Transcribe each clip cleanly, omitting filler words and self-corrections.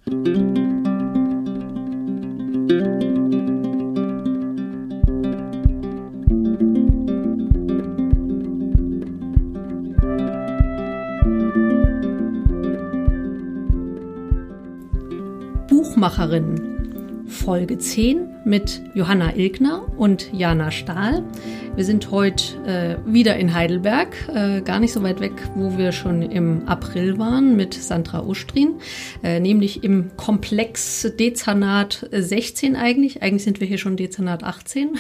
Buchmacherinnen, Folge 10 mit Johanna Ilgner und Jana Stahl. Wir sind heute wieder in Heidelberg, gar nicht so weit weg, wo wir schon im April waren mit Sandra Ustrin, nämlich im Komplex Dezernat 16 eigentlich. Eigentlich sind wir hier schon Dezernat 18.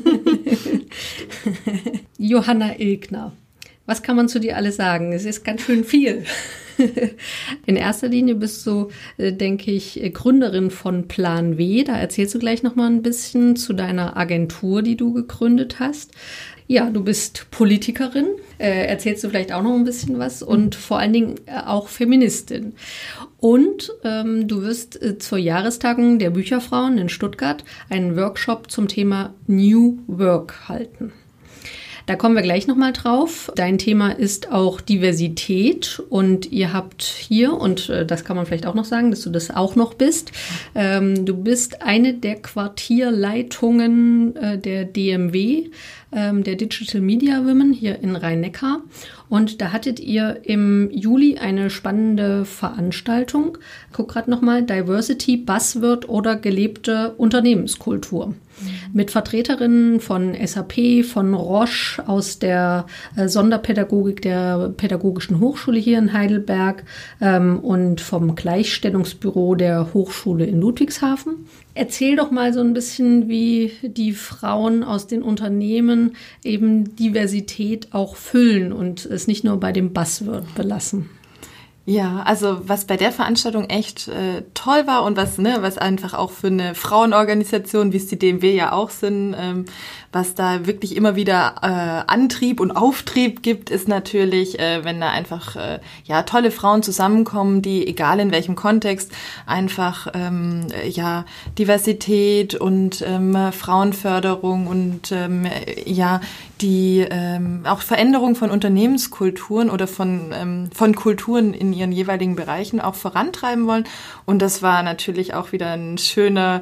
Johanna Ilgner, was kann man zu dir alles sagen? Es ist ganz schön viel. In erster Linie bist du, denke ich, Gründerin von Plan W. Da erzählst du gleich noch mal ein bisschen zu deiner Agentur, die du gegründet hast. Ja, du bist Politikerin, erzählst du vielleicht auch noch ein bisschen was und vor allen Dingen auch Feministin. Und du wirst zur Jahrestagung der Bücherfrauen in Stuttgart einen Workshop zum Thema New Work halten. Da kommen wir gleich nochmal drauf. Dein Thema ist auch Diversität und ihr habt hier, und das kann man vielleicht auch noch sagen, dass du das auch noch bist, du bist eine der Quartierleitungen der DMW, der Digital Media Women hier in Rhein-Neckar. Und da hattet ihr im Juli eine spannende Veranstaltung. Guck gerade nochmal, Diversity, Buzzword oder gelebte Unternehmenskultur. Mit Vertreterinnen von SAP, von Roche, aus der Sonderpädagogik der Pädagogischen Hochschule hier in Heidelberg und vom Gleichstellungsbüro der Hochschule in Ludwigshafen. Erzähl doch mal so ein bisschen, wie die Frauen aus den Unternehmen eben Diversität auch füllen und es nicht nur bei dem Buzzword belassen. Ja, also was bei der Veranstaltung echt toll war und was einfach auch für eine Frauenorganisation, wie es die DMW ja auch sind, was da wirklich immer wieder Antrieb und Auftrieb gibt, ist natürlich, wenn da einfach tolle Frauen zusammenkommen, die, egal in welchem Kontext, einfach Diversität und Frauenförderung und die auch Veränderung von Unternehmenskulturen oder von Kulturen in ihren jeweiligen Bereichen auch vorantreiben wollen. Und das war natürlich auch wieder ein schöner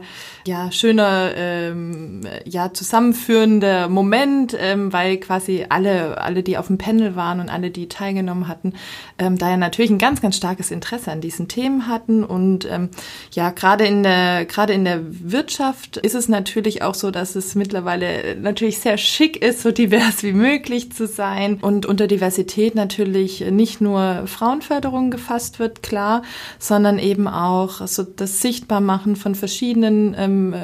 zusammenführender Moment, weil quasi alle, die auf dem Panel waren und alle, die teilgenommen hatten, da ja natürlich ein ganz, ganz starkes Interesse an diesen Themen hatten. Und gerade in der Wirtschaft ist es natürlich auch so, dass es mittlerweile natürlich sehr schick ist, so divers wie möglich zu sein. Und unter Diversität natürlich nicht nur Frauenförderung gefasst wird, klar, sondern eben auch so das Sichtbarmachen von verschiedenen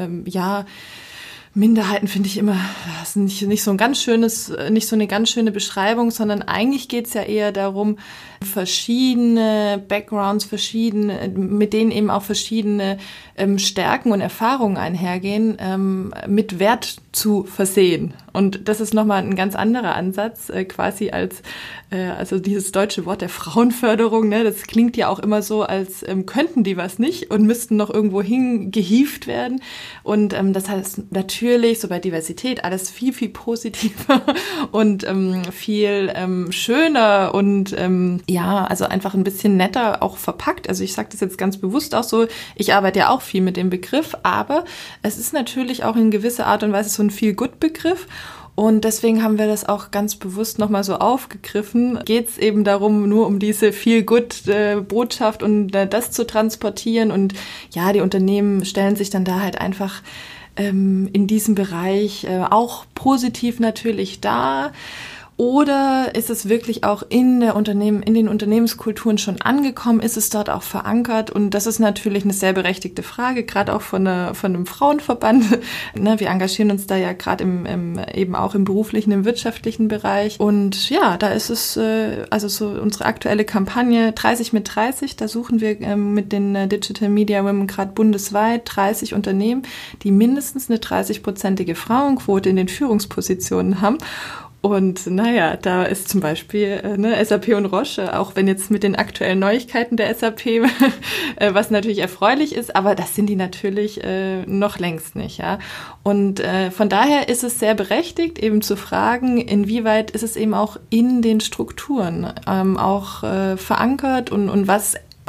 Minderheiten finde ich immer, das ist nicht so eine ganz schöne Beschreibung, sondern eigentlich geht es ja eher darum, verschiedene Backgrounds, mit denen eben auch verschiedene Stärken und Erfahrungen einhergehen, mit Wert zu versehen. Und das ist nochmal ein ganz anderer Ansatz, quasi also dieses deutsche Wort der Frauenförderung, ne, das klingt ja auch immer so, als könnten die was nicht und müssten noch irgendwo hingehievt werden. Und das heißt natürlich, so bei Diversität, alles viel, viel positiver und viel schöner und also einfach ein bisschen netter auch verpackt. Also ich sage das jetzt ganz bewusst auch so, ich arbeite ja auch viel mit dem Begriff, aber es ist natürlich auch in gewisser Art und Weise so ein Feel-Good-Begriff. Und deswegen haben wir das auch ganz bewusst nochmal so aufgegriffen. Geht es eben darum, nur um diese Feel-Good-Botschaft und das zu transportieren. Und ja, die Unternehmen stellen sich dann da halt einfach in diesem Bereich auch positiv natürlich dar. Oder ist es wirklich auch in den Unternehmenskulturen schon angekommen? Ist es dort auch verankert? Und das ist natürlich eine sehr berechtigte Frage, gerade auch von einem Frauenverband. Wir engagieren uns da ja gerade eben auch im beruflichen, im wirtschaftlichen Bereich. Und ja, da ist es also so unsere aktuelle Kampagne 30 mit 30. Da suchen wir mit den Digital Media Women gerade bundesweit 30 Unternehmen, die mindestens eine 30-prozentige Frauenquote in den Führungspositionen haben. Und da ist zum Beispiel SAP und Roche, auch wenn jetzt mit den aktuellen Neuigkeiten der SAP, was natürlich erfreulich ist, aber das sind die natürlich noch längst nicht. Ja. Und von daher ist es sehr berechtigt, eben zu fragen, inwieweit ist es eben auch in den Strukturen auch verankert und was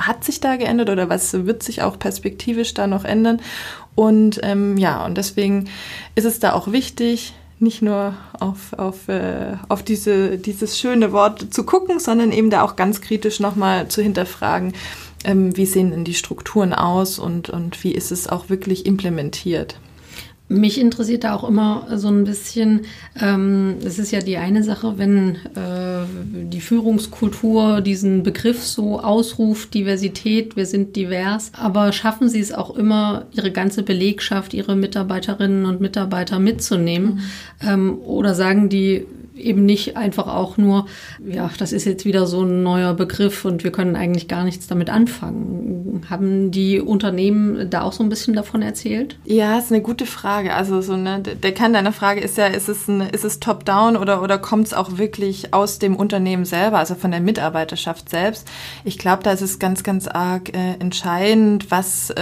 hat sich da geändert oder was wird sich auch perspektivisch da noch ändern? Und und deswegen ist es da auch wichtig, nicht nur auf dieses schöne Wort zu gucken, sondern eben da auch ganz kritisch nochmal zu hinterfragen, wie sehen denn die Strukturen aus und wie ist es auch wirklich implementiert. Mich interessiert da auch immer so ein bisschen, es ist ja die eine Sache, wenn die Führungskultur diesen Begriff so ausruft, Diversität, wir sind divers, aber schaffen sie es auch immer, ihre ganze Belegschaft, ihre Mitarbeiterinnen und Mitarbeiter mitzunehmen? Oder sagen die eben nicht einfach auch nur, ja, das ist jetzt wieder so ein neuer Begriff und wir können eigentlich gar nichts damit anfangen. Haben die Unternehmen da auch so ein bisschen davon erzählt? Ja, ist eine gute Frage. Also der Kern deiner Frage ist ja, ist es top-down oder kommt es auch wirklich aus dem Unternehmen selber, also von der Mitarbeiterschaft selbst? Ich glaube, da ist es ganz, ganz arg entscheidend, was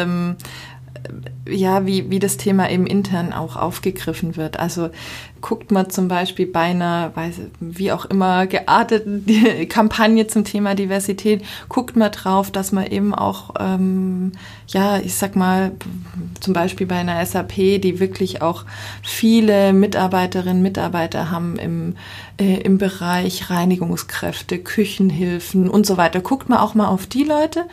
wie das Thema eben intern auch aufgegriffen wird. Also guckt man zum Beispiel bei einer, wie auch immer, gearteten Kampagne zum Thema Diversität, guckt man drauf, dass man eben auch, ich sag mal, zum Beispiel bei einer SAP, die wirklich auch viele Mitarbeiterinnen und Mitarbeiter haben im Bereich Reinigungskräfte, Küchenhilfen und so weiter. Guckt man auch mal auf die Leute.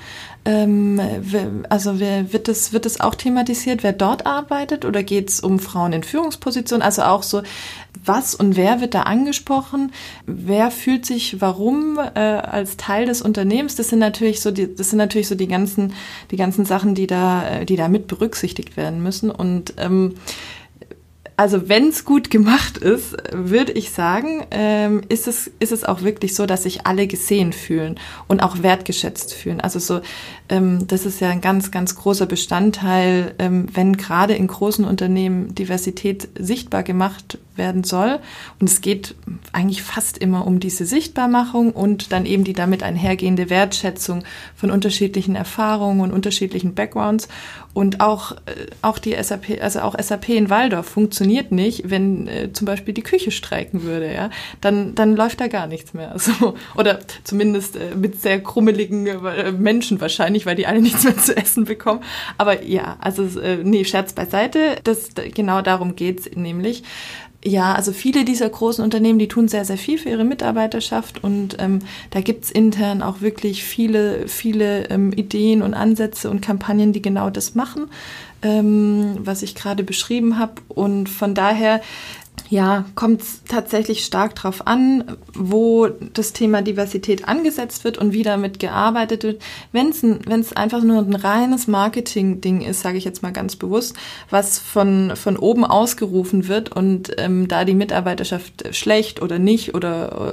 Also wird es auch thematisiert, wer dort arbeitet, oder geht es um Frauen in Führungspositionen? Also auch so, was und wer wird da angesprochen? Wer fühlt sich warum als Teil des Unternehmens? Das sind natürlich so die ganzen Sachen, die da mit berücksichtigt werden müssen. Und also wenn es gut gemacht ist, würde ich sagen, ist es auch wirklich so, dass sich alle gesehen fühlen und auch wertgeschätzt fühlen. Also so, das ist ja ein ganz, ganz großer Bestandteil, wenn gerade in großen Unternehmen Diversität sichtbar gemacht werden soll. Und es geht eigentlich fast immer um diese Sichtbarmachung und dann eben die damit einhergehende Wertschätzung von unterschiedlichen Erfahrungen und unterschiedlichen Backgrounds. Und auch die SAP, also auch SAP in Walldorf funktioniert nicht, wenn zum Beispiel die Küche streiken würde, ja, dann läuft da gar nichts mehr. So, oder zumindest mit sehr krummeligen Menschen wahrscheinlich, weil die alle nichts mehr zu essen bekommen. Aber ja, also Scherz beiseite, genau darum geht's nämlich. Ja, also viele dieser großen Unternehmen, die tun sehr, sehr viel für ihre Mitarbeiterschaft und da gibt's intern auch wirklich viele Ideen und Ansätze und Kampagnen, die genau das machen, was ich gerade beschrieben habe. Und von daher kommt es tatsächlich stark drauf an, wo das Thema Diversität angesetzt wird und wie damit gearbeitet wird. Wenn es einfach nur ein reines Marketing-Ding ist, sage ich jetzt mal ganz bewusst, was von oben ausgerufen wird und da die Mitarbeiterschaft schlecht oder nicht oder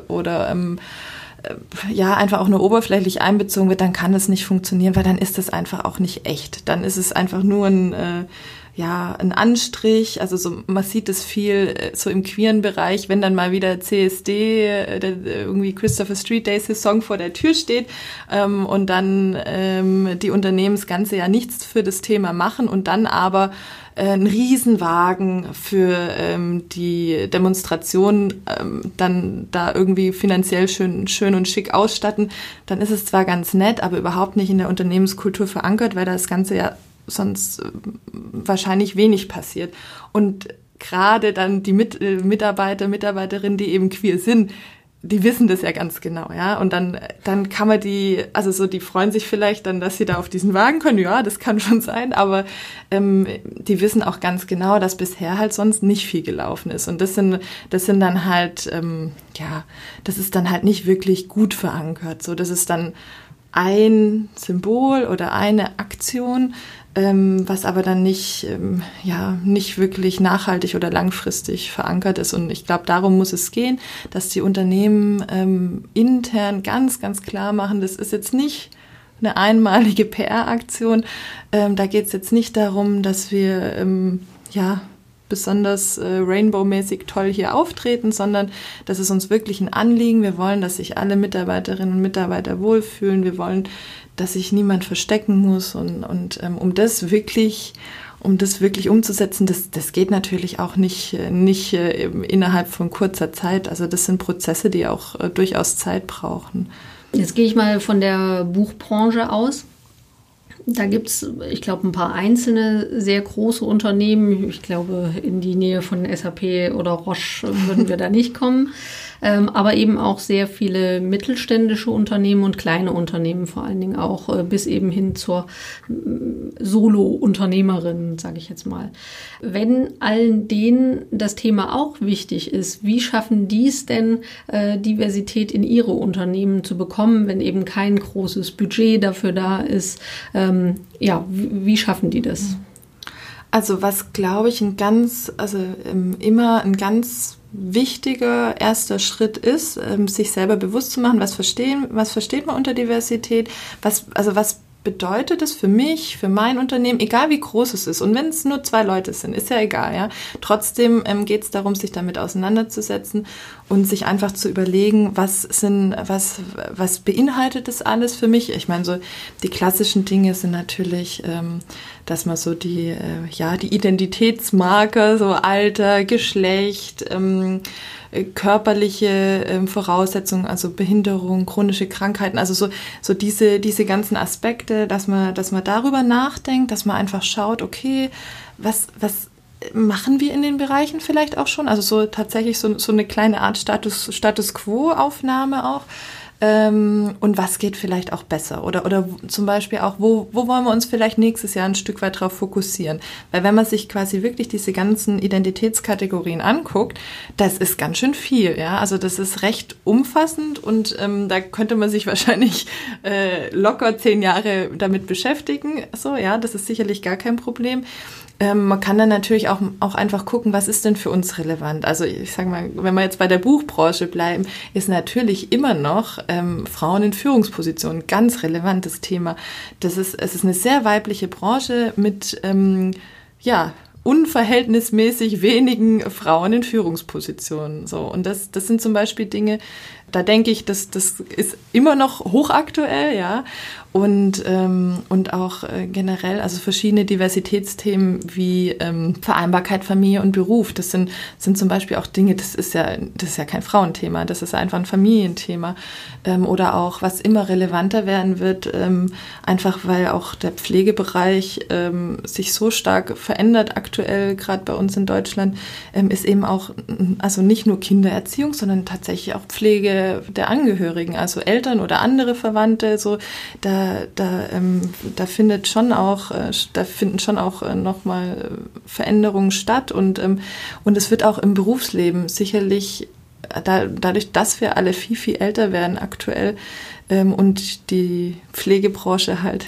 einfach auch nur oberflächlich einbezogen wird, dann kann das nicht funktionieren, weil dann ist das einfach auch nicht echt. Dann ist es einfach nur ein Anstrich, also so, man sieht es viel so im queeren Bereich, wenn dann mal wieder CSD, irgendwie Christopher Street Day Saison vor der Tür steht und dann die Unternehmen das ganze Jahr nichts für das Thema machen und dann aber einen Riesenwagen für die Demonstration dann da irgendwie finanziell schön und schick ausstatten, dann ist es zwar ganz nett, aber überhaupt nicht in der Unternehmenskultur verankert, weil das ganze Jahr sonst wahrscheinlich wenig passiert. Und gerade dann die Mitarbeiterinnen, die eben queer sind, die wissen das ja ganz genau, ja. Und dann kann man die freuen sich vielleicht dann, dass sie da auf diesen Wagen können. Ja, das kann schon sein, aber die wissen auch ganz genau, dass bisher halt sonst nicht viel gelaufen ist. Und das sind dann halt, das ist dann halt nicht wirklich gut verankert. So, das ist dann ein Symbol oder eine Aktion, was aber dann nicht wirklich nachhaltig oder langfristig verankert ist. Und ich glaube, darum muss es gehen, dass die Unternehmen intern ganz, ganz klar machen, das ist jetzt nicht eine einmalige PR-Aktion. Da geht es jetzt nicht darum, dass wir besonders Rainbow-mäßig toll hier auftreten, sondern das ist uns wirklich ein Anliegen. Wir wollen, dass sich alle Mitarbeiterinnen und Mitarbeiter wohlfühlen. Wir wollen, dass sich niemand verstecken muss und um das wirklich umzusetzen, das geht natürlich auch nicht innerhalb von kurzer Zeit. Also das sind Prozesse, die auch durchaus Zeit brauchen. Jetzt gehe ich mal von der Buchbranche aus. Da gibt es, ich glaube, ein paar einzelne sehr große Unternehmen. Ich glaube, in die Nähe von SAP oder Roche würden wir da nicht kommen. Aber eben auch sehr viele mittelständische Unternehmen und kleine Unternehmen vor allen Dingen auch, bis eben hin zur Solo-Unternehmerin, sage ich jetzt mal. Wenn allen denen das Thema auch wichtig ist, wie schaffen die es denn, Diversität in ihre Unternehmen zu bekommen, wenn eben kein großes Budget dafür da ist? Wie schaffen die das? Also was, glaube ich, immer ein ganz wichtiger erster Schritt ist, sich selber bewusst zu machen, was versteht man unter Diversität, was bedeutet es für mich, für mein Unternehmen, egal wie groß es ist, und wenn es nur 2 Leute sind, ist ja egal, ja. Trotzdem geht es darum, sich damit auseinanderzusetzen und sich einfach zu überlegen, was beinhaltet das alles für mich? Ich meine, so die klassischen Dinge sind natürlich, dass man so die Identitätsmarker, so Alter, Geschlecht, körperliche Voraussetzungen, also Behinderung, chronische Krankheiten, also so diese ganzen Aspekte, dass man darüber nachdenkt, dass man einfach schaut, okay, was machen wir in den Bereichen vielleicht auch schon, also so tatsächlich so eine kleine Art Status Quo-Aufnahme auch. Und was geht vielleicht auch besser? Oder zum Beispiel auch, wo wollen wir uns vielleicht nächstes Jahr ein Stück weit drauf fokussieren? Weil wenn man sich quasi wirklich diese ganzen Identitätskategorien anguckt, das ist ganz schön viel, ja. Also das ist recht umfassend und da könnte man sich wahrscheinlich locker 10 Jahre damit beschäftigen. So, ja, das ist sicherlich gar kein Problem. Man kann dann natürlich auch einfach gucken, was ist denn für uns relevant. Also ich sage mal, wenn wir jetzt bei der Buchbranche bleiben, ist natürlich immer noch Frauen in Führungspositionen ein ganz relevantes Thema. Es ist eine sehr weibliche Branche mit unverhältnismäßig wenigen Frauen in Führungspositionen. So, und das sind zum Beispiel Dinge, da denke ich, das ist immer noch hochaktuell, ja. Und auch generell, also verschiedene Diversitätsthemen wie Vereinbarkeit Familie und Beruf, das sind zum Beispiel auch Dinge, das ist ja kein Frauenthema, das ist einfach ein Familienthema. Oder auch, was immer relevanter werden wird, einfach weil auch der Pflegebereich sich so stark verändert aktuell, gerade bei uns in Deutschland, ist eben auch, also nicht nur Kindererziehung, sondern tatsächlich auch Pflege der Angehörigen, also Eltern oder andere Verwandte, so da finden schon auch nochmal Veränderungen statt und es wird auch im Berufsleben sicherlich dadurch, dass wir alle viel, viel älter werden aktuell und die Pflegebranche halt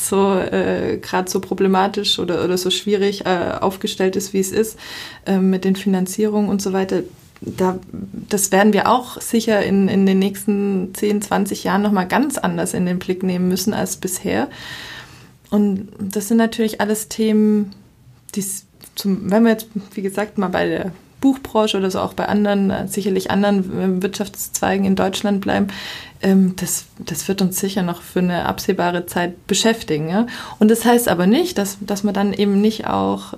gerade so problematisch oder so schwierig aufgestellt ist, wie es ist, mit den Finanzierungen und so weiter. Das werden wir auch sicher in den nächsten 10, 20 Jahren nochmal ganz anders in den Blick nehmen müssen als bisher. Und das sind natürlich alles Themen, wenn wir jetzt, wie gesagt, mal bei der Buchbranche oder so auch bei sicherlich anderen Wirtschaftszweigen in Deutschland bleiben, das wird uns sicher noch für eine absehbare Zeit beschäftigen. Ja? Und das heißt aber nicht, dass man dann eben nicht auch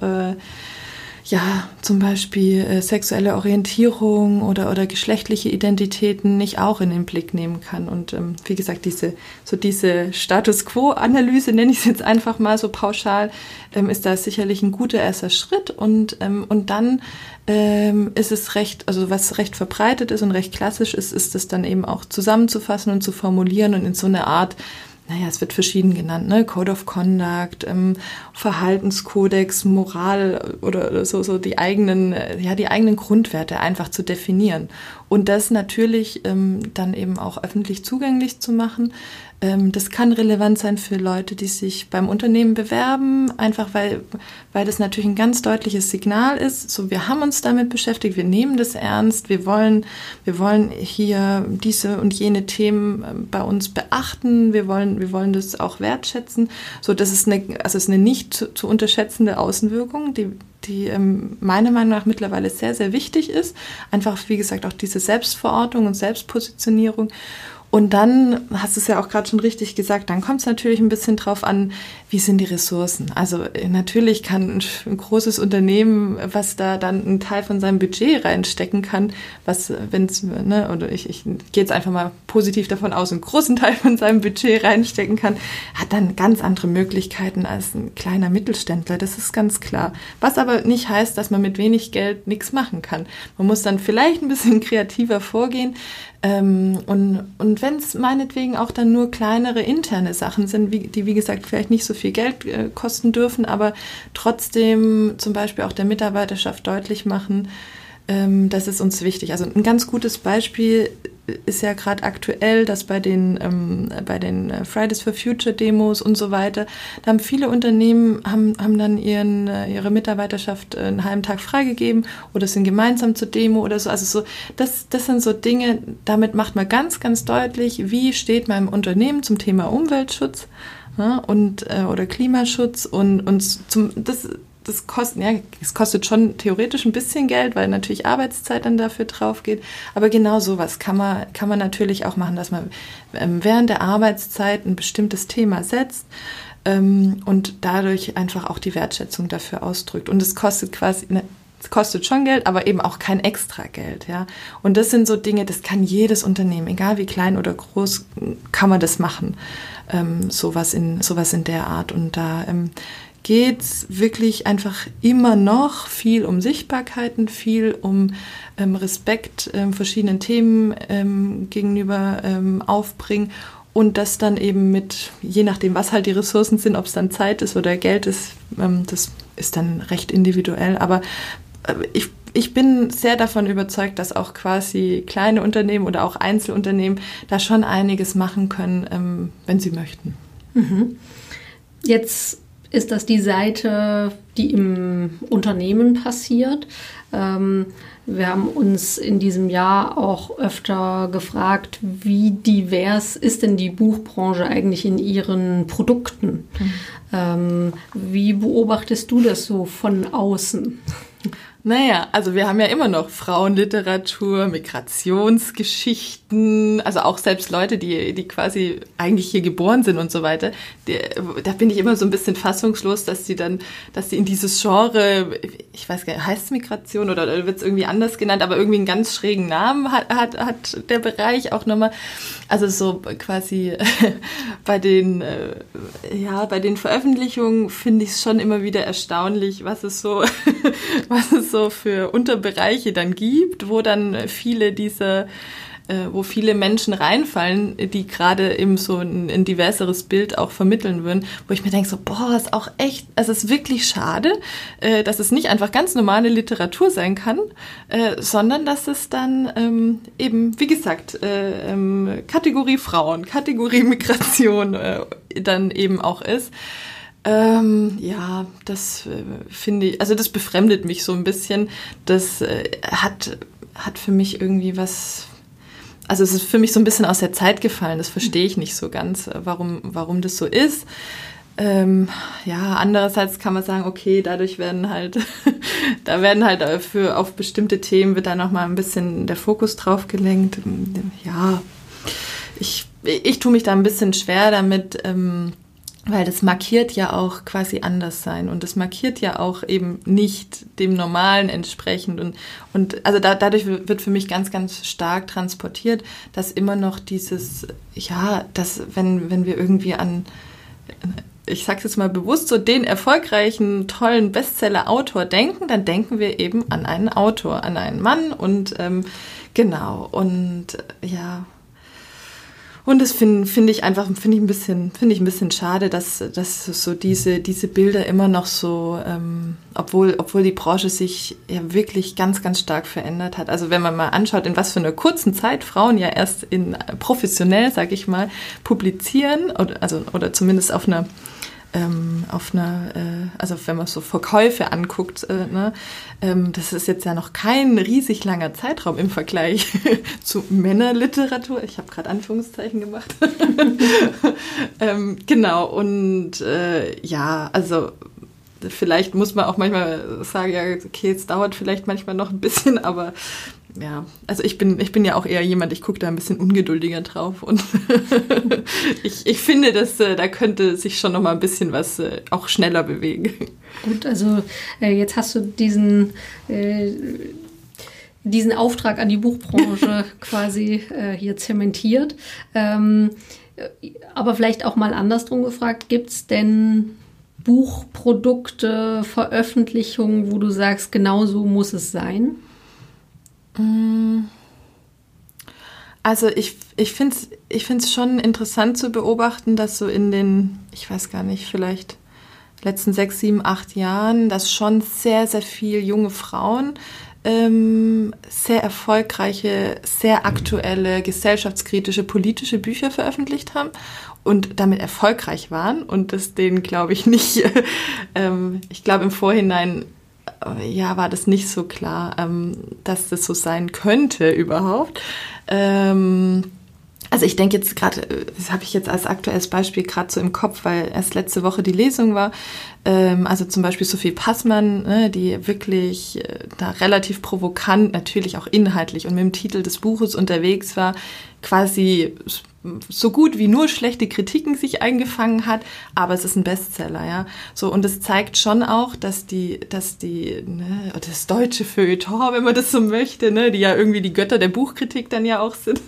zum Beispiel sexuelle Orientierung oder geschlechtliche Identitäten nicht auch in den Blick nehmen kann. Und wie gesagt, diese Status-Quo-Analyse, nenne ich es jetzt einfach mal so pauschal, ist da sicherlich ein guter erster Schritt. Und dann ist es was recht verbreitet ist und recht klassisch ist es dann eben auch zusammenzufassen und zu formulieren und in so eine Art, es wird verschieden genannt, ne? Code of Conduct, Verhaltenskodex, Moral oder so die eigenen Grundwerte einfach zu definieren. Und das natürlich dann eben auch öffentlich zugänglich zu machen. Das kann relevant sein für Leute, die sich beim Unternehmen bewerben, einfach weil das natürlich ein ganz deutliches Signal ist. So, wir haben uns damit beschäftigt, wir nehmen das ernst, wir wollen hier diese und jene Themen bei uns beachten, wir wollen das auch wertschätzen. So, das ist eine nicht zu unterschätzende Außenwirkung, die meiner Meinung nach mittlerweile sehr, sehr wichtig ist. Einfach, wie gesagt, auch diese Selbstverortung und Selbstpositionierung. Und dann, hast du es ja auch gerade schon richtig gesagt, dann kommt es natürlich ein bisschen drauf an, wie sind die Ressourcen. Also natürlich kann ein großes Unternehmen, was da dann einen Teil von seinem Budget reinstecken kann, was, wenn es, ne, oder ich gehe jetzt einfach mal positiv davon aus, einen großen Teil von seinem Budget reinstecken kann, hat dann ganz andere Möglichkeiten als ein kleiner Mittelständler, das ist ganz klar. Was aber nicht heißt, dass man mit wenig Geld nichts machen kann. Man muss dann vielleicht ein bisschen kreativer vorgehen. Und wenn es meinetwegen auch dann nur kleinere interne Sachen sind, die wie gesagt vielleicht nicht so viel Geld kosten dürfen, aber trotzdem zum Beispiel auch der Mitarbeiterschaft deutlich machen, das ist uns wichtig. Also ein ganz gutes Beispiel ist ja gerade aktuell, dass bei den Fridays for Future Demos und so weiter, da haben viele Unternehmen haben dann ihre Mitarbeiterschaft einen halben Tag freigegeben oder sind gemeinsam zur Demo oder so. Also so, das sind so Dinge, damit macht man ganz, ganz deutlich, wie steht man im Unternehmen zum Thema Umweltschutz, ja, und oder Klimaschutz und das kostet schon theoretisch ein bisschen Geld, weil natürlich Arbeitszeit dann dafür drauf geht. Aber genau sowas kann man natürlich auch machen, dass man während der Arbeitszeit ein bestimmtes Thema setzt und dadurch einfach auch die Wertschätzung dafür ausdrückt. Und es kostet es kostet schon Geld, aber eben auch kein extra Geld, ja. Und das sind so Dinge, das kann jedes Unternehmen, egal wie klein oder groß, kann man das machen. Sowas in der Art. Und da geht's wirklich einfach immer noch viel um Sichtbarkeiten, viel um Respekt verschiedenen Themen gegenüber aufbringen und das dann eben mit, je nachdem, was halt die Ressourcen sind, ob es dann Zeit ist oder Geld ist, das ist dann recht individuell, aber ich bin sehr davon überzeugt, dass auch quasi kleine Unternehmen oder auch Einzelunternehmen da schon einiges machen können, wenn sie möchten. Mhm. Jetzt ist das die Seite, die im Unternehmen passiert. Wir haben uns in diesem Jahr auch öfter gefragt, wie divers ist denn die Buchbranche eigentlich in ihren Produkten? Wie beobachtest du das so von außen? Naja, also wir haben ja immer noch Frauenliteratur, Migrationsgeschichten, also auch selbst Leute, die quasi eigentlich hier geboren sind und so weiter. Da bin ich immer so ein bisschen fassungslos, dass sie in dieses Genre, ich weiß gar nicht, heißt es Migration oder wird es irgendwie anders genannt, aber irgendwie einen ganz schrägen Namen hat der Bereich auch nochmal. Also so quasi bei den Veröffentlichungen finde ich es schon immer wieder erstaunlich, was es so für Unterbereiche dann gibt, wo dann wo viele Menschen reinfallen, die gerade eben so ein diverseres Bild auch vermitteln würden, wo ich mir denke so, boah, ist auch echt, also es ist wirklich schade, dass es nicht einfach ganz normale Literatur sein kann, sondern dass es dann eben, wie gesagt, Kategorie Frauen, Kategorie Migration dann eben auch ist. Ja, das finde ich, also das befremdet mich so ein bisschen. Das hat für mich irgendwie was, also es ist für mich so ein bisschen aus der Zeit gefallen. Das verstehe ich nicht so ganz, warum das so ist. Ja, andererseits kann man sagen, okay, dadurch werden halt auf bestimmte Themen wird da nochmal ein bisschen der Fokus drauf gelenkt. Ja, ich tue mich da ein bisschen schwer damit, weil das markiert ja auch quasi anders sein und das markiert ja auch eben nicht dem Normalen entsprechend und also dadurch wird für mich ganz, ganz stark transportiert, dass immer noch dieses, ja, dass wenn wir irgendwie an, ich sag's jetzt mal bewusst, so den erfolgreichen, tollen Bestseller-Autor denken, dann denken wir eben an einen Autor, an einen Mann und genau und ja. Und das finde ich ein bisschen schade, dass so diese Bilder immer noch so, obwohl die Branche sich ja wirklich ganz, ganz stark verändert hat. Also wenn man mal anschaut, in was für einer kurzen Zeit Frauen ja erst professionell, sag ich mal, publizieren oder zumindest auf einer also wenn man so Verkäufe anguckt, ne, das ist jetzt ja noch kein riesig langer Zeitraum im Vergleich zu Männerliteratur. Ich habe gerade Anführungszeichen gemacht. Genau, und ja, also vielleicht muss man auch manchmal sagen, ja, okay, es dauert vielleicht manchmal noch ein bisschen, aber ja, also ich bin ja auch eher jemand, ich gucke da ein bisschen ungeduldiger drauf und ich finde, dass da könnte sich schon noch mal ein bisschen was auch schneller bewegen. Gut, also jetzt hast du diesen Auftrag an die Buchbranche quasi hier zementiert. Aber vielleicht auch mal andersrum gefragt, gibt es denn Buchprodukte, Veröffentlichungen, wo du sagst, genau so muss es sein? Also ich finde es schon interessant zu beobachten, dass so in den, ich weiß gar nicht, vielleicht letzten 6, 7, 8 Jahren, dass schon sehr, sehr viele junge Frauen sehr erfolgreiche, sehr aktuelle, gesellschaftskritische, politische Bücher veröffentlicht haben und damit erfolgreich waren und das denen, glaube ich, nicht, ich glaube im Vorhinein, ja, war das nicht so klar, dass das so sein könnte überhaupt. Also ich denke jetzt gerade, das habe ich jetzt als aktuelles Beispiel gerade so im Kopf, weil erst letzte Woche die Lesung war. Also zum Beispiel Sophie Passmann, ne, die wirklich da relativ provokant, natürlich auch inhaltlich und mit dem Titel des Buches unterwegs war, quasi so gut wie nur schlechte Kritiken sich eingefangen hat, aber es ist ein Bestseller, ja. So, und es zeigt schon auch, dass das deutsche Feuilleton, wenn man das so möchte, ne, die ja irgendwie die Götter der Buchkritik dann ja auch sind,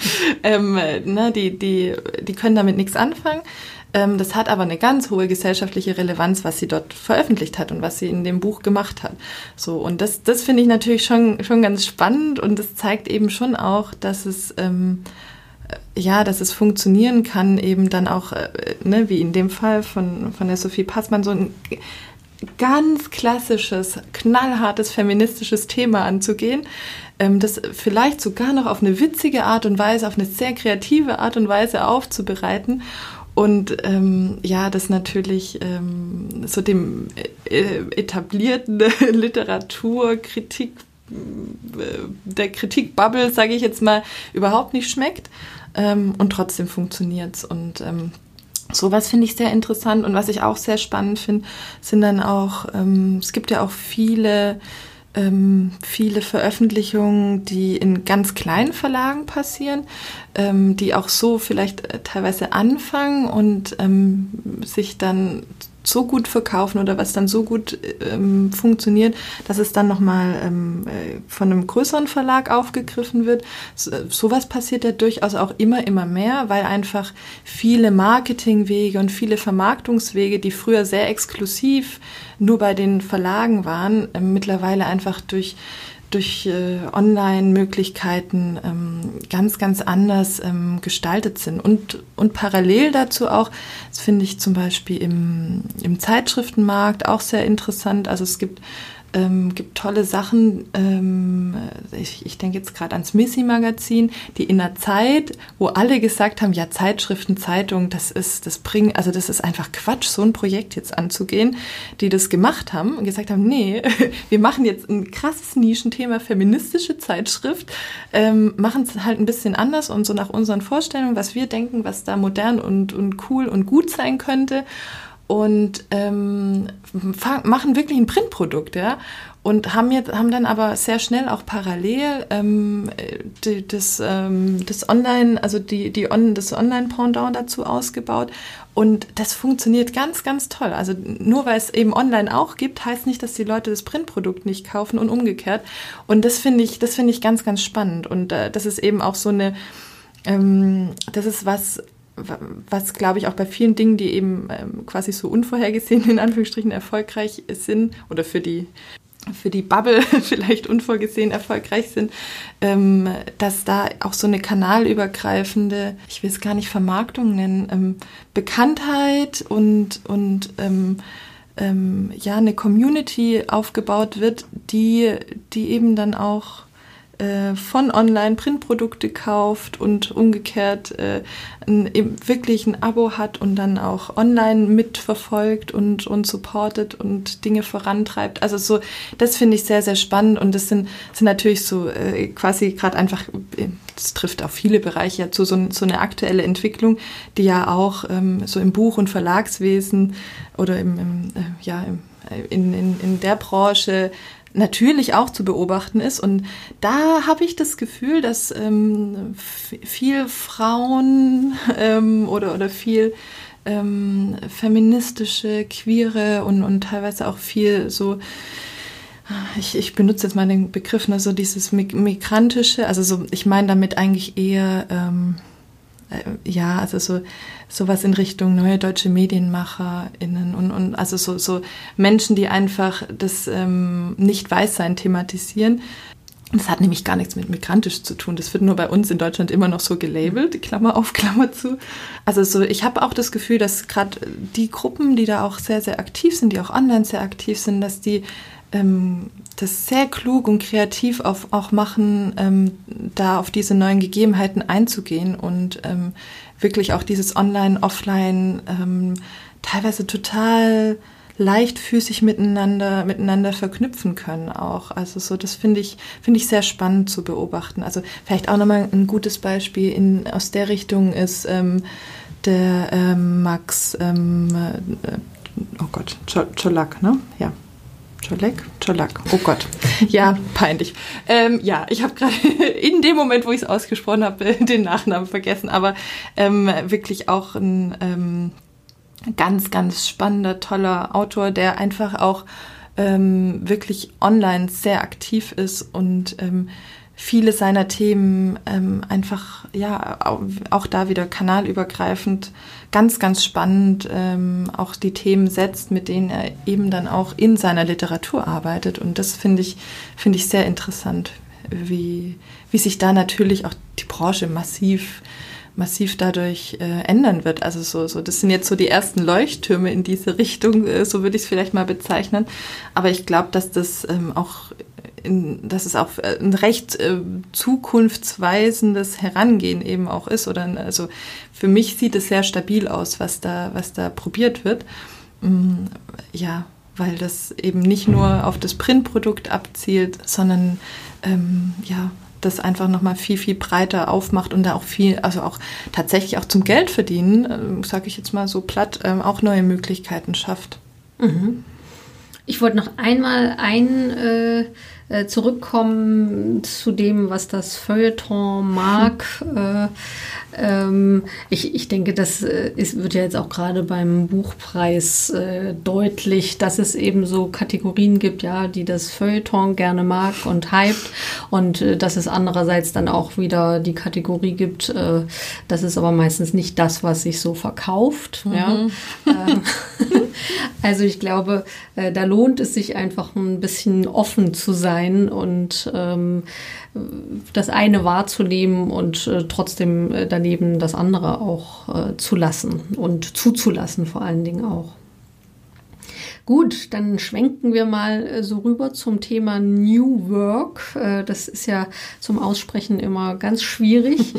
die können damit nichts anfangen. Das hat aber eine ganz hohe gesellschaftliche Relevanz, was sie dort veröffentlicht hat und was sie in dem Buch gemacht hat. So, und das finde ich natürlich schon ganz spannend und das zeigt eben schon auch, dass es dass es funktionieren kann, eben dann auch, wie in dem Fall von der Sophie Passmann, so ein ganz klassisches, knallhartes feministisches Thema anzugehen, das vielleicht sogar noch auf eine witzige Art und Weise, auf eine sehr kreative Art und Weise aufzubereiten und das natürlich so dem etablierten Literaturkritik, der Kritikbubble, sage ich jetzt mal, überhaupt nicht schmeckt und trotzdem funktioniert's und sowas finde ich sehr interessant und was ich auch sehr spannend finde, sind dann auch, es gibt ja auch viele Veröffentlichungen, die in ganz kleinen Verlagen passieren, die auch so vielleicht teilweise anfangen und sich dann so gut verkaufen oder was dann so gut funktioniert, dass es dann nochmal von einem größeren Verlag aufgegriffen wird. Sowas passiert ja durchaus auch immer mehr, weil einfach viele Marketingwege und viele Vermarktungswege, die früher sehr exklusiv nur bei den Verlagen waren, mittlerweile einfach durch Online-Möglichkeiten ganz, ganz anders gestaltet sind. Und parallel dazu auch, das finde ich zum Beispiel im Zeitschriftenmarkt auch sehr interessant. Also es gibt tolle Sachen, ich denke jetzt gerade ans Missy-Magazin, die in einer Zeit, wo alle gesagt haben, ja, Zeitschriften, Zeitung, das ist einfach Quatsch, so ein Projekt jetzt anzugehen, die das gemacht haben und gesagt haben, nee, wir machen jetzt ein krasses Nischenthema, feministische Zeitschrift, machen es halt ein bisschen anders und so nach unseren Vorstellungen, was wir denken, was da modern und cool und gut sein könnte. Und machen wirklich ein Printprodukt, ja, und haben dann aber sehr schnell auch parallel das Online, also das Online-Pendant dazu ausgebaut und das funktioniert ganz, ganz toll. Also nur weil es eben online auch gibt, heißt nicht, dass die Leute das Printprodukt nicht kaufen und umgekehrt. Und das finde ich ganz, ganz spannend und das ist eben auch so eine, das ist was, glaube ich, auch bei vielen Dingen, die eben quasi so unvorhergesehen in Anführungsstrichen erfolgreich sind oder für die Bubble vielleicht unvorgesehen erfolgreich sind, dass da auch so eine kanalübergreifende, ich will es gar nicht Vermarktung nennen, Bekanntheit und eine Community aufgebaut wird, die eben dann auch von Online-Printprodukte kauft und umgekehrt wirklich ein Abo hat und dann auch online mitverfolgt und supportet und Dinge vorantreibt. Also so, das finde ich sehr, sehr spannend und das sind natürlich so quasi gerade einfach, das trifft auf viele Bereiche ja zu, so eine aktuelle Entwicklung, die ja auch so im Buch- und Verlagswesen oder in der Branche natürlich auch zu beobachten ist. Und da habe ich das Gefühl, dass viel Frauen oder viel feministische, queere und teilweise auch viel so, ich benutze jetzt mal den Begriff, ne, so dieses migrantische, also so, ich meine damit eigentlich eher, also so sowas in Richtung neue deutsche MedienmacherInnen und also so Menschen, die einfach das Nicht-Weißsein thematisieren. Das hat nämlich gar nichts mit migrantisch zu tun. Das wird nur bei uns in Deutschland immer noch so gelabelt, Klammer auf, Klammer zu. Also so, ich habe auch das Gefühl, dass gerade die Gruppen, die da auch sehr, sehr aktiv sind, die auch online sehr aktiv sind, dass die das sehr klug und kreativ auch machen, da auf diese neuen Gegebenheiten einzugehen und wirklich auch dieses Online, Offline teilweise total leichtfüßig miteinander verknüpfen können auch. Also so, das finde ich sehr spannend zu beobachten. Also vielleicht auch nochmal ein gutes Beispiel aus der Richtung ist der Max, Czolak, ne? Ja. Czolak, oh Gott. Ja, peinlich. Ich habe gerade in dem Moment, wo ich es ausgesprochen habe, den Nachnamen vergessen, aber wirklich auch ein ganz, ganz spannender, toller Autor, der einfach auch wirklich online sehr aktiv ist und viele seiner Themen einfach, ja, auch da wieder kanalübergreifend, ganz, ganz spannend auch die Themen setzt, mit denen er eben dann auch in seiner Literatur arbeitet. Und das finde ich sehr interessant, wie sich da natürlich auch die Branche massiv dadurch ändern wird. Also so, das sind jetzt so die ersten Leuchttürme in diese Richtung, so würde ich es vielleicht mal bezeichnen. Aber ich glaube, dass das auch ein recht zukunftsweisendes Herangehen eben auch ist. Also für mich sieht es sehr stabil aus, was da probiert wird. Ja, weil das eben nicht nur auf das Printprodukt abzielt, sondern das einfach nochmal viel, viel breiter aufmacht und da auch viel, also auch tatsächlich auch zum Geld verdienen, sage ich jetzt mal so platt, auch neue Möglichkeiten schafft. Mhm. Ich wollte noch einmal zurückkommen zu dem, was das Feuilleton mag. Ich denke, das wird ja jetzt auch gerade beim Buchpreis deutlich, dass es eben so Kategorien gibt, ja, die das Feuilleton gerne mag und hypt und dass es andererseits dann auch wieder die Kategorie gibt, das ist aber meistens nicht das, was sich so verkauft. Mhm. Ja. Also ich glaube, da lohnt es sich einfach ein bisschen offen zu sein und das eine wahrzunehmen und trotzdem daneben das andere auch zu lassen und zuzulassen vor allen Dingen auch. Gut, dann schwenken wir mal so rüber zum Thema New Work. Das ist ja zum Aussprechen immer ganz schwierig.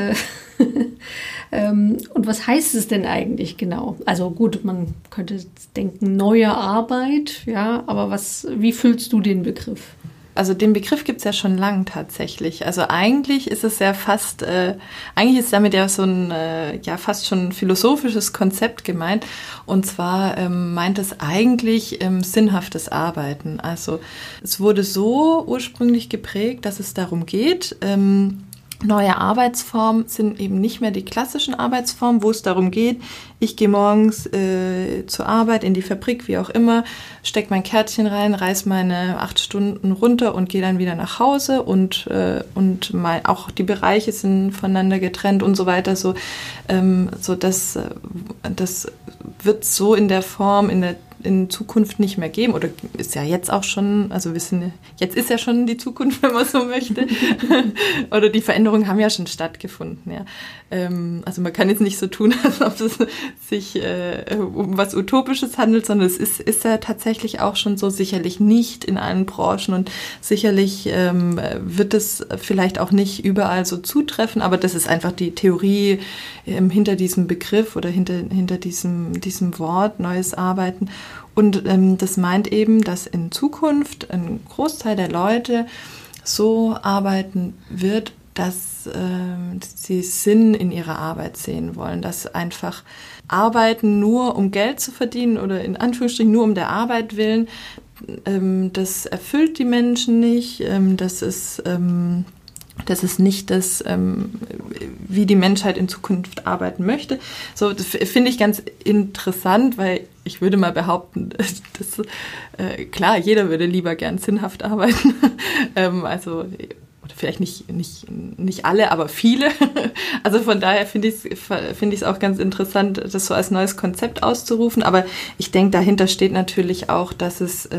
Und was heißt es denn eigentlich genau? Also gut, man könnte denken, neue Arbeit, ja, aber wie fühlst du den Begriff? Also den Begriff gibt's ja schon lang tatsächlich. Also eigentlich ist es ja eigentlich ist damit ja so ein fast schon philosophisches Konzept gemeint. Und zwar meint es eigentlich sinnhaftes Arbeiten. Also es wurde so ursprünglich geprägt, dass es darum geht, neue Arbeitsformen sind eben nicht mehr die klassischen Arbeitsformen, wo es darum geht, ich gehe morgens zur Arbeit, in die Fabrik, wie auch immer, stecke mein Kärtchen rein, reiß meine 8 Stunden runter und gehe dann wieder nach Hause und auch die Bereiche sind voneinander getrennt und so weiter. So das wird so in der Form in Zukunft nicht mehr geben oder ist ja jetzt auch schon, also jetzt ist ja schon die Zukunft, wenn man so möchte, oder die Veränderungen haben ja schon stattgefunden, ja. Also man kann jetzt nicht so tun, als ob es sich um was Utopisches handelt, sondern es ist ja tatsächlich auch schon so, sicherlich nicht in allen Branchen und sicherlich wird es vielleicht auch nicht überall so zutreffen, aber das ist einfach die Theorie hinter diesem Begriff oder hinter diesem Wort, neues Arbeiten. Und das meint eben, dass in Zukunft ein Großteil der Leute so arbeiten wird, dass sie Sinn in ihrer Arbeit sehen wollen, dass einfach Arbeiten nur um Geld zu verdienen oder in Anführungsstrichen nur um der Arbeit willen, das erfüllt die Menschen nicht, das ist nicht das, wie die Menschheit in Zukunft arbeiten möchte. So, das finde ich ganz interessant, weil ich würde mal behaupten, dass, klar, jeder würde lieber gern sinnhaft arbeiten. Oder vielleicht nicht alle, aber viele. Also von daher finde ich es auch ganz interessant, das so als neues Konzept auszurufen. Aber ich denke, dahinter steht natürlich auch, dass es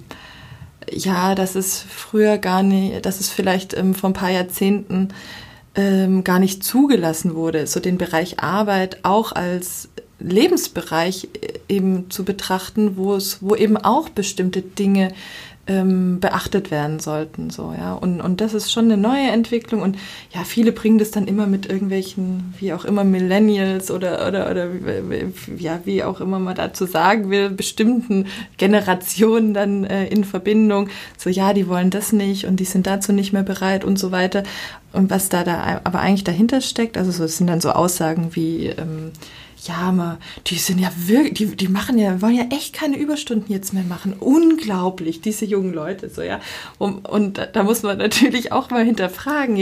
früher gar nicht, dass es vielleicht vor ein paar Jahrzehnten gar nicht zugelassen wurde, so den Bereich Arbeit auch als Lebensbereich eben zu betrachten, wo eben auch bestimmte Dinge beachtet werden sollten, so, ja. Und das ist schon eine neue Entwicklung und ja, viele bringen das dann immer mit irgendwelchen, wie auch immer, Millennials oder ja, wie auch immer man dazu sagen will, bestimmten Generationen dann in Verbindung, so, ja, die wollen das nicht und die sind dazu nicht mehr bereit und so weiter. Und was da aber eigentlich dahinter steckt, also so, es sind dann so Aussagen wie, die sind ja wirklich, die wollen ja echt keine Überstunden jetzt mehr machen. Unglaublich, diese jungen Leute, so, ja. Und da muss man natürlich auch mal hinterfragen,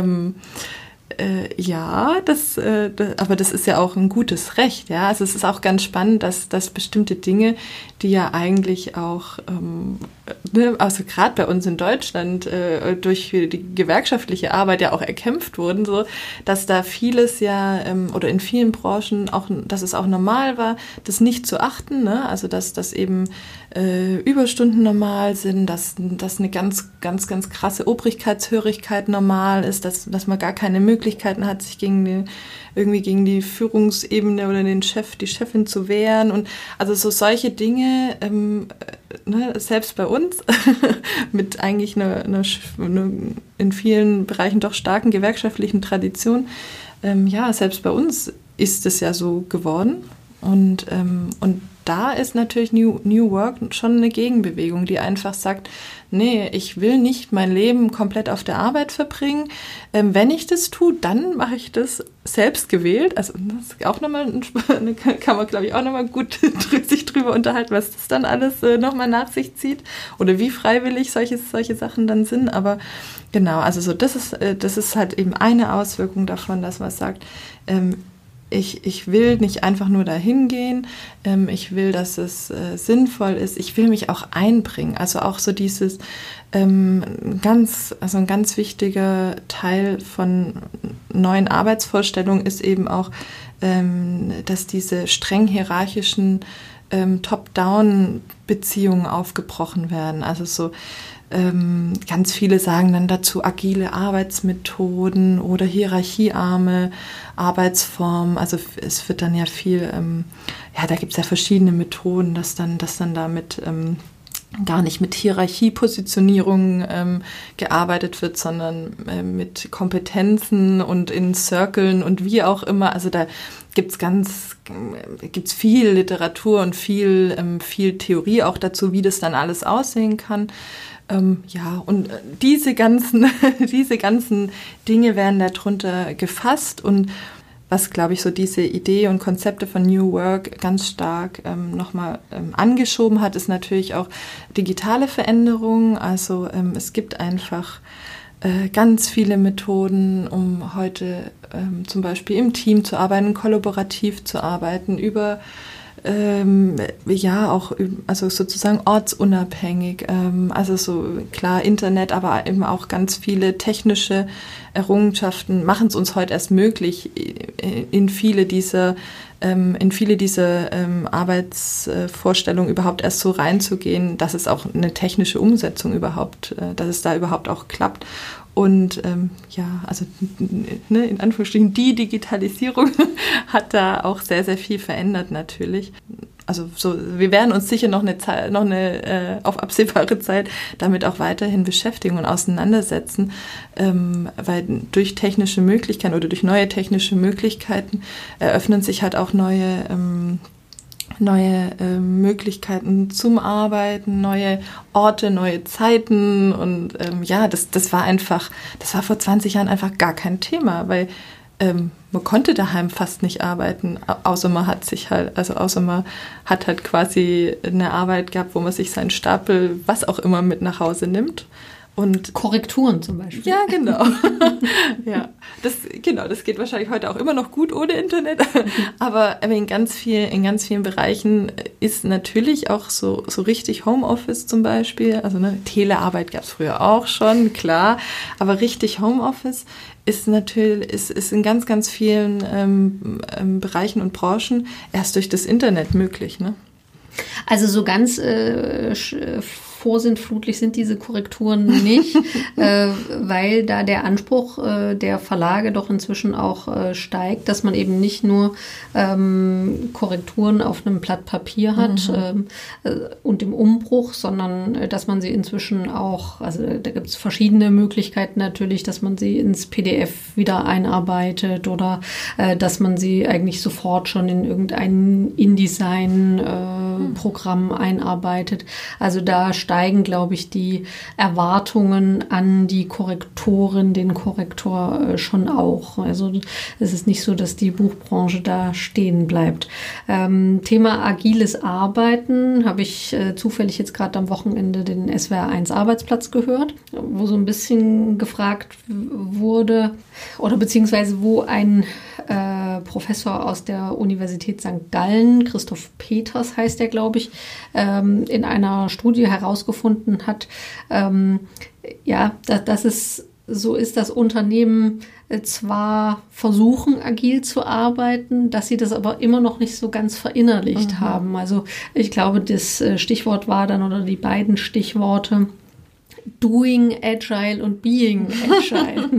aber das ist ja auch ein gutes Recht, ja. Also es ist auch ganz spannend, dass bestimmte Dinge, die ja eigentlich auch, also gerade bei uns in Deutschland durch die gewerkschaftliche Arbeit ja auch erkämpft wurden, so, dass da vieles ja oder in vielen Branchen auch, dass es auch normal war, das nicht zu achten, ne? Also dass eben Überstunden normal sind, dass eine ganz, ganz, ganz krasse Obrigkeitshörigkeit normal ist, dass man gar keine Möglichkeiten hat, sich gegen die Führungsebene oder den Chef, die Chefin zu wehren und also so solche Dinge, selbst bei uns mit eigentlich einer in vielen Bereichen doch starken gewerkschaftlichen Tradition, selbst bei uns ist es ja so geworden und da ist natürlich New Work schon eine Gegenbewegung, die einfach sagt, nee, ich will nicht mein Leben komplett auf der Arbeit verbringen. Wenn ich das tue, dann mache ich das selbst gewählt. Also das ist auch nochmal, kann man glaube ich auch nochmal gut sich drüber unterhalten, was das dann alles nochmal nach sich zieht oder wie freiwillig solche Sachen dann sind. Aber genau, also so das ist halt eben eine Auswirkung davon, dass man sagt, ich will nicht einfach nur dahin gehen, ich will, dass es sinnvoll ist, ich will mich auch einbringen. Also auch so dieses ein ganz wichtiger Teil von neuen Arbeitsvorstellungen ist eben auch, dass diese streng hierarchischen Top-Down-Beziehungen aufgebrochen werden. Also so ganz viele sagen dann dazu agile Arbeitsmethoden oder hierarchiearme Arbeitsformen. Also es wird dann ja viel, da gibt es ja verschiedene Methoden, dass dann damit gar nicht mit Hierarchiepositionierung gearbeitet wird, sondern mit Kompetenzen und in Cirkeln und wie auch immer. Also da gibt's viel Literatur und viel Theorie auch dazu, wie das dann alles aussehen kann. Und diese ganzen Dinge werden darunter gefasst und was, glaube ich, so diese Idee und Konzepte von New Work ganz stark nochmal angeschoben hat, ist natürlich auch digitale Veränderungen. Also es gibt einfach ganz viele Methoden, um heute zum Beispiel im Team zu arbeiten, kollaborativ zu arbeiten, über also sozusagen ortsunabhängig, also so klar Internet, aber eben auch ganz viele technische Errungenschaften machen es uns heute erst möglich, in viele dieser Arbeitsvorstellungen überhaupt erst so reinzugehen, dass es auch eine technische Umsetzung überhaupt, dass es da überhaupt auch klappt. Und in Anführungsstrichen, die Digitalisierung hat da auch sehr, sehr viel verändert natürlich. Also so, wir werden uns sicher noch eine auf absehbare Zeit damit auch weiterhin beschäftigen und auseinandersetzen, weil durch technische Möglichkeiten oder durch neue technische Möglichkeiten eröffnen sich halt auch neue Möglichkeiten zum Arbeiten, neue Orte, neue Zeiten und das war vor 20 Jahren einfach gar kein Thema, weil man konnte daheim fast nicht arbeiten, außer man hat halt quasi eine Arbeit gehabt, wo man sich seinen Stapel, was auch immer, mit nach Hause nimmt. Und Korrekturen zum Beispiel. Ja, genau. Das geht wahrscheinlich heute auch immer noch gut ohne Internet. Aber in ganz vielen Bereichen ist natürlich auch so richtig Homeoffice zum Beispiel. Also Telearbeit gab es früher auch schon, klar. Aber richtig Homeoffice ist in ganz, ganz vielen Bereichen und Branchen erst durch das Internet möglich, ne? Also so ganz vorsintflutlich sind diese Korrekturen nicht, weil da der Anspruch der Verlage doch inzwischen auch steigt, dass man eben nicht nur Korrekturen auf einem Blatt Papier hat und im Umbruch, sondern dass man sie inzwischen auch, also da gibt es verschiedene Möglichkeiten natürlich, dass man sie ins PDF wieder einarbeitet oder dass man sie eigentlich sofort schon in irgendein InDesign-Programm einarbeitet. Also da steigen, glaube ich, die Erwartungen an die Korrektorin, den Korrektor schon auch. Also es ist nicht so, dass die Buchbranche da stehen bleibt. Thema agiles Arbeiten habe ich zufällig jetzt gerade am Wochenende den SWR1 Arbeitsplatz gehört, wo so ein bisschen gefragt wurde oder beziehungsweise wo ein Professor aus der Universität St. Gallen, Christoph Peters heißt er, glaube ich, in einer Studie herausgefunden hat, dass es so ist, dass Unternehmen zwar versuchen, agil zu arbeiten, dass sie das aber immer noch nicht so ganz verinnerlicht haben. Also ich glaube, das Stichwort war dann, oder die beiden Stichworte, Doing Agile und Being Agile.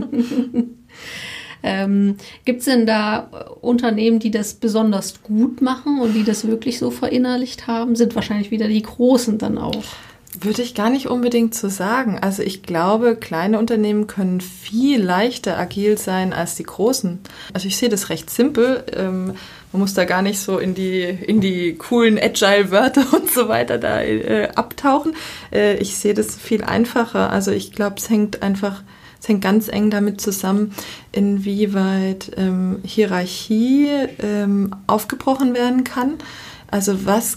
Gibt es denn da Unternehmen, die das besonders gut machen und die das wirklich so verinnerlicht haben? Sind wahrscheinlich wieder die Großen dann auch. Würde ich gar nicht unbedingt so sagen. Also ich glaube, kleine Unternehmen können viel leichter agil sein als die großen. Also ich sehe das recht simpel. Man muss da gar nicht so in die coolen Agile-Wörter und so weiter da abtauchen. Ich sehe das viel einfacher. Also ich glaube, es hängt ganz eng damit zusammen, inwieweit Hierarchie aufgebrochen werden kann. Also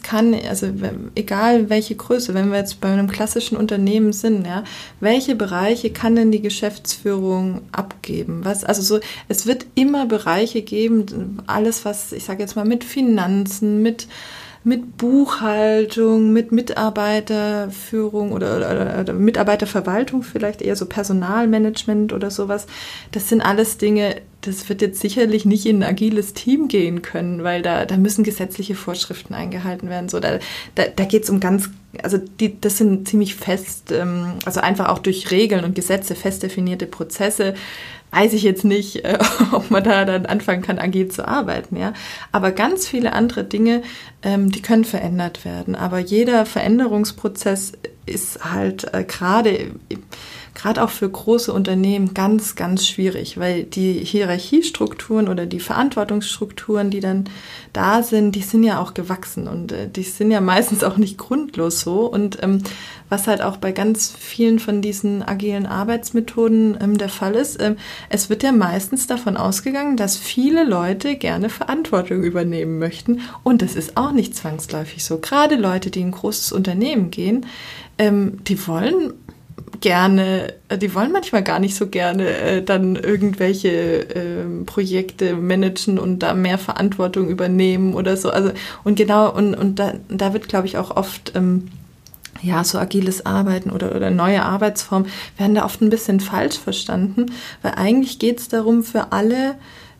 egal welche Größe, wenn wir jetzt bei einem klassischen Unternehmen sind, ja, welche Bereiche kann denn die Geschäftsführung abgeben? Es wird immer Bereiche geben, alles was, ich sage jetzt mal, mit Finanzen, mit Buchhaltung, mit Mitarbeiterführung oder Mitarbeiterverwaltung, vielleicht eher so Personalmanagement oder sowas. Das sind alles Dinge, das wird jetzt sicherlich nicht in ein agiles Team gehen können, weil da müssen gesetzliche Vorschriften eingehalten werden. So, da geht es um das sind ziemlich fest, also einfach auch durch Regeln und Gesetze fest definierte Prozesse. Weiß ich jetzt nicht, ob man da dann anfangen kann, agil zu arbeiten, ja. Aber ganz viele andere Dinge, die können verändert werden. Aber jeder Veränderungsprozess ist halt gerade auch für große Unternehmen ganz, ganz schwierig, weil die Hierarchiestrukturen oder die Verantwortungsstrukturen, die dann da sind, die sind ja auch gewachsen und die sind ja meistens auch nicht grundlos so. Und was halt auch bei ganz vielen von diesen agilen Arbeitsmethoden der Fall ist, es wird ja meistens davon ausgegangen, dass viele Leute gerne Verantwortung übernehmen möchten und das ist auch nicht zwangsläufig so. Gerade Leute, die in ein großes Unternehmen gehen, die wollen manchmal gar nicht so gerne dann irgendwelche Projekte managen und da mehr Verantwortung übernehmen oder so. Also und genau, und da wird, glaube ich, auch oft so agiles Arbeiten oder neue Arbeitsformen werden da oft ein bisschen falsch verstanden, weil eigentlich geht es darum für alle,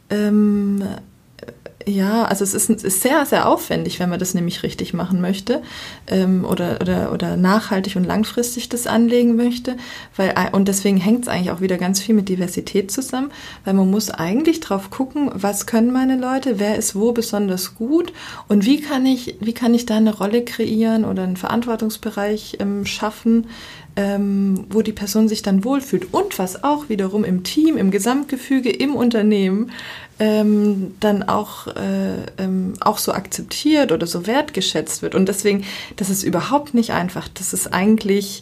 also es ist sehr, sehr aufwendig, wenn man das nämlich richtig machen möchte oder nachhaltig und langfristig das anlegen möchte, und deswegen hängt es eigentlich auch wieder ganz viel mit Diversität zusammen, weil man muss eigentlich drauf gucken, was können meine Leute, wer ist wo besonders gut und wie kann ich da eine Rolle kreieren oder einen Verantwortungsbereich schaffen, wo die Person sich dann wohlfühlt und was auch wiederum im Team, im Gesamtgefüge, im Unternehmen dann auch so akzeptiert oder so wertgeschätzt wird. Und deswegen, das ist überhaupt nicht einfach. Das ist eigentlich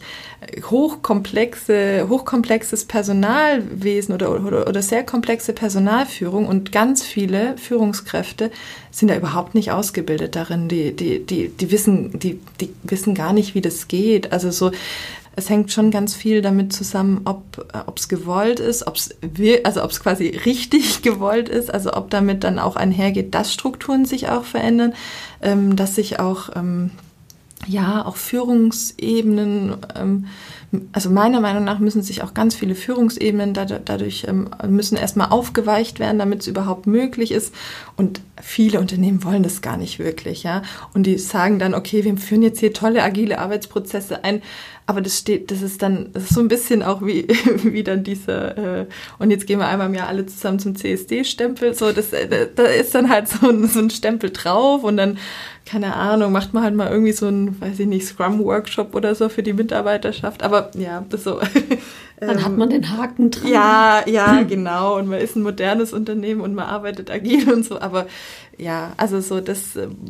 hochkomplexes Personalwesen oder sehr komplexe Personalführung, und ganz viele Führungskräfte sind da überhaupt nicht ausgebildet darin. Die wissen gar nicht, wie das geht. Also so, es hängt schon ganz viel damit zusammen, ob es gewollt ist, ob es quasi richtig gewollt ist, also ob damit dann auch einhergeht, dass Strukturen sich auch verändern, dass sich auch auch Führungsebenen, also meiner Meinung nach müssen sich auch ganz viele Führungsebenen dadurch müssen erstmal aufgeweicht werden, damit es überhaupt möglich ist. Und viele Unternehmen wollen das gar nicht wirklich, ja. Und die sagen dann, okay, wir führen jetzt hier tolle agile Arbeitsprozesse ein. Aber das ist so ein bisschen auch wie dann dieser, und jetzt gehen wir einmal im Jahr alle zusammen zum CSD-Stempel, so, da ist dann halt so ein Stempel drauf, und dann, keine Ahnung, macht man halt mal irgendwie so ein, weiß ich nicht, Scrum-Workshop oder so für die Mitarbeiterschaft, aber ja, das so. Dann hat man den Haken dran. Ja, genau, und man ist ein modernes Unternehmen und man arbeitet agil und so, aber ja, also so, das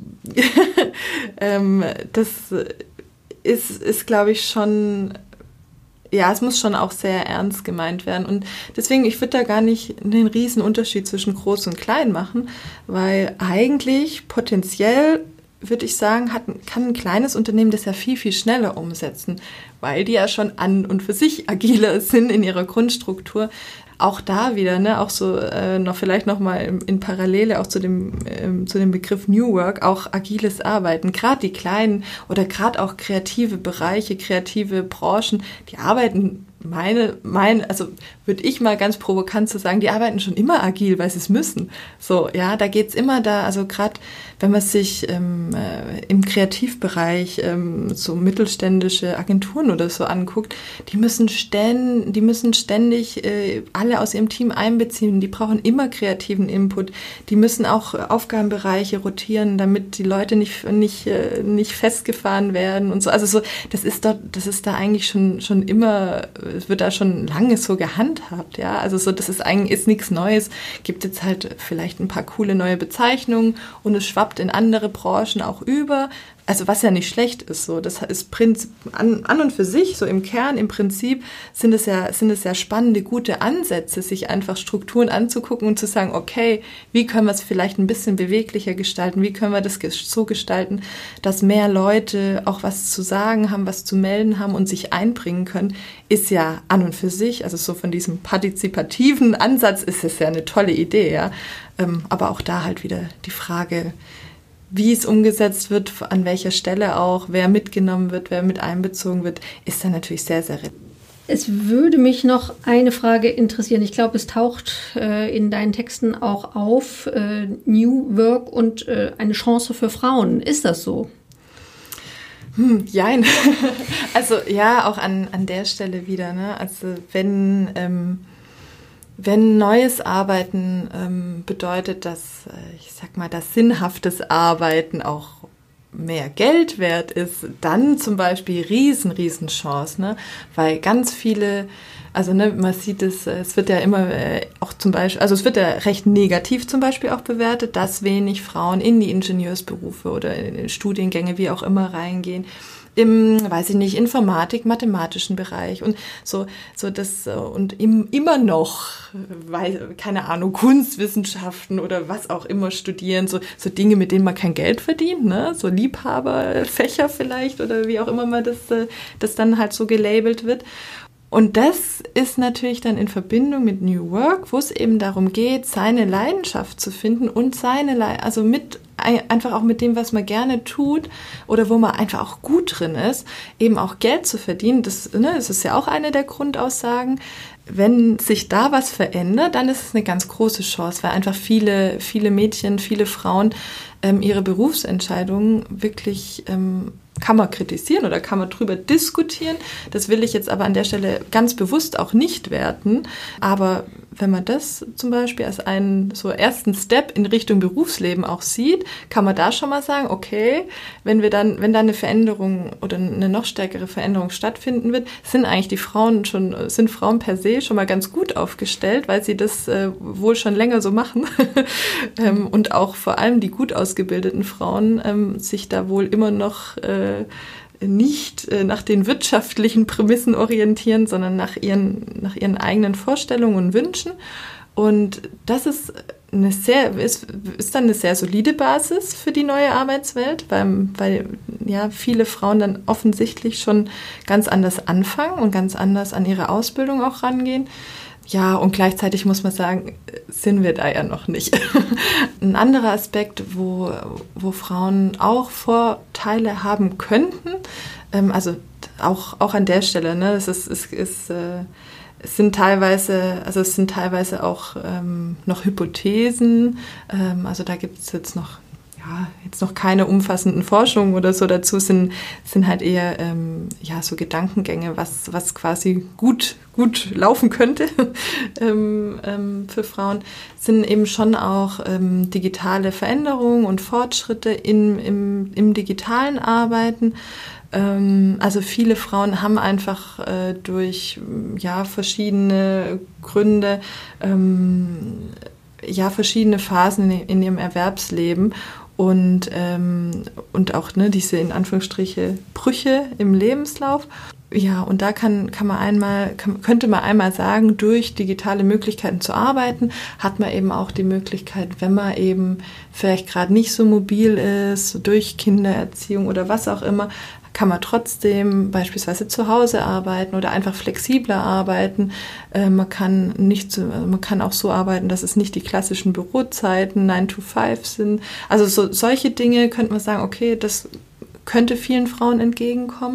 ist, glaube ich, schon, ja, es muss schon auch sehr ernst gemeint werden. Und deswegen, ich würde da gar nicht einen riesen Unterschied zwischen groß und klein machen, weil eigentlich potenziell, würde ich sagen, kann ein kleines Unternehmen das ja viel, viel schneller umsetzen, weil die ja schon an und für sich agiler sind in ihrer Grundstruktur. Auch da wieder, ne, auch so vielleicht noch mal in Parallele auch zu dem Begriff New Work, auch agiles Arbeiten. Gerade die kleinen oder gerade auch kreative Bereiche, kreative Branchen, die arbeiten also würde ich mal ganz provokant zu sagen, die arbeiten schon immer agil, weil sie es müssen. So, ja, da geht's immer also gerade, wenn man sich im Kreativbereich so mittelständische Agenturen oder so anguckt, die müssen ständig alle aus ihrem Team einbeziehen, die brauchen immer kreativen Input, die müssen auch Aufgabenbereiche rotieren, damit die Leute nicht festgefahren werden und so. Also so, das ist da eigentlich schon immer, es wird da schon lange so gehandhabt, ja. Also so, das ist nichts Neues. Gibt jetzt halt vielleicht ein paar coole neue Bezeichnungen und es schwappt in andere Branchen auch über. Also was ja nicht schlecht ist, so, das ist an und für sich, so im Kern, im Prinzip sind es ja spannende, gute Ansätze, sich einfach Strukturen anzugucken und zu sagen, okay, wie können wir es vielleicht ein bisschen beweglicher gestalten, wie können wir das so gestalten, dass mehr Leute auch was zu sagen haben, was zu melden haben und sich einbringen können, ist ja an und für sich, also so von diesem partizipativen Ansatz ist es ja eine tolle Idee, ja, aber auch da halt wieder die Frage, wie es umgesetzt wird, an welcher Stelle auch, wer mitgenommen wird, wer mit einbezogen wird, ist dann natürlich sehr, sehr relevant. Es würde mich noch eine Frage interessieren. Ich glaube, es taucht in deinen Texten auch auf, New Work und eine Chance für Frauen. Ist das so? Jein. Also ja, auch an der Stelle wieder, ne? Also wenn neues Arbeiten bedeutet, dass, ich sag mal, das sinnhaftes Arbeiten auch mehr Geld wert ist, dann zum Beispiel riesen Chance, ne? Weil ganz viele, also ne, man sieht es wird ja immer auch zum Beispiel, also es wird ja recht negativ zum Beispiel auch bewertet, dass wenig Frauen in die Ingenieursberufe oder in Studiengänge, wie auch immer, reingehen. Im, weiß ich nicht, Informatik, mathematischen Bereich und so das und immer noch, keine Ahnung, Kunstwissenschaften oder was auch immer studieren, so Dinge, mit denen man kein Geld verdient, ne, so Liebhaberfächer vielleicht oder wie auch immer man das dann halt so gelabelt wird. Und das ist natürlich dann in Verbindung mit New Work, wo es eben darum geht, seine Leidenschaft zu finden und einfach auch mit dem, was man gerne tut oder wo man einfach auch gut drin ist, eben auch Geld zu verdienen. Das ist ja auch eine der Grundaussagen. Wenn sich da was verändert, dann ist es eine ganz große Chance, weil einfach viele Mädchen, viele Frauen ihre Berufsentscheidungen wirklich kann man kritisieren oder kann man drüber diskutieren. Das will ich jetzt aber an der Stelle ganz bewusst auch nicht werten. Aber wenn man das zum Beispiel als einen so ersten Step in Richtung Berufsleben auch sieht, kann man da schon mal sagen, okay, wenn da eine Veränderung oder eine noch stärkere Veränderung stattfinden wird, sind Frauen per se schon mal ganz gut aufgestellt, weil sie das wohl schon länger so machen und auch vor allem die gut ausgebildeten Frauen sich da wohl immer noch nicht nach den wirtschaftlichen Prämissen orientieren, sondern nach ihren eigenen Vorstellungen und Wünschen. Und das ist dann eine sehr solide Basis für die neue Arbeitswelt, weil ja viele Frauen dann offensichtlich schon ganz anders anfangen und ganz anders an ihre Ausbildung auch rangehen. Ja, und gleichzeitig muss man sagen, sind wir da ja noch nicht. Ein anderer Aspekt, wo Frauen auch Vorteile haben könnten, also auch an der Stelle, ne, es sind teilweise auch noch Hypothesen, also da gibt es jetzt noch keine umfassenden Forschungen oder so dazu, sind halt eher so Gedankengänge, was quasi gut laufen könnte für Frauen, sind eben schon auch digitale Veränderungen und Fortschritte im digitalen Arbeiten. Also viele Frauen haben einfach durch verschiedene Gründe verschiedene Phasen in ihrem Erwerbsleben und auch diese in Anführungsstriche Brüche im Lebenslauf. Ja, und da könnte man einmal sagen, durch digitale Möglichkeiten zu arbeiten, hat man eben auch die Möglichkeit, wenn man eben vielleicht gerade nicht so mobil ist, durch Kindererziehung oder was auch immer, kann man trotzdem beispielsweise zu Hause arbeiten oder einfach flexibler arbeiten. Man kann auch so arbeiten, dass es nicht die klassischen Bürozeiten 9 to 5 sind. Also solche Dinge könnte man sagen, okay, das könnte vielen Frauen entgegenkommen.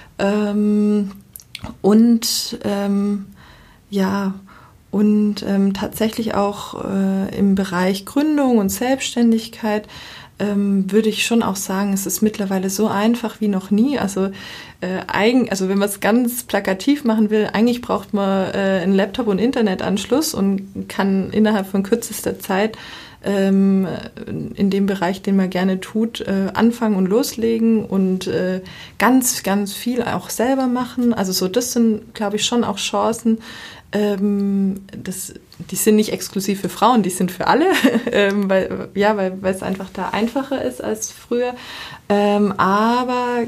Tatsächlich auch im Bereich Gründung und Selbstständigkeit würde ich schon auch sagen, es ist mittlerweile so einfach wie noch nie. Also wenn man es ganz plakativ machen will, eigentlich braucht man einen Laptop und Internetanschluss und kann innerhalb von kürzester Zeit in dem Bereich, den man gerne tut, anfangen und loslegen und ganz, ganz viel auch selber machen. Also das sind, glaube ich, schon auch Chancen. Die sind nicht exklusiv für Frauen, die sind für alle, weil es einfach da einfacher ist als früher. Aber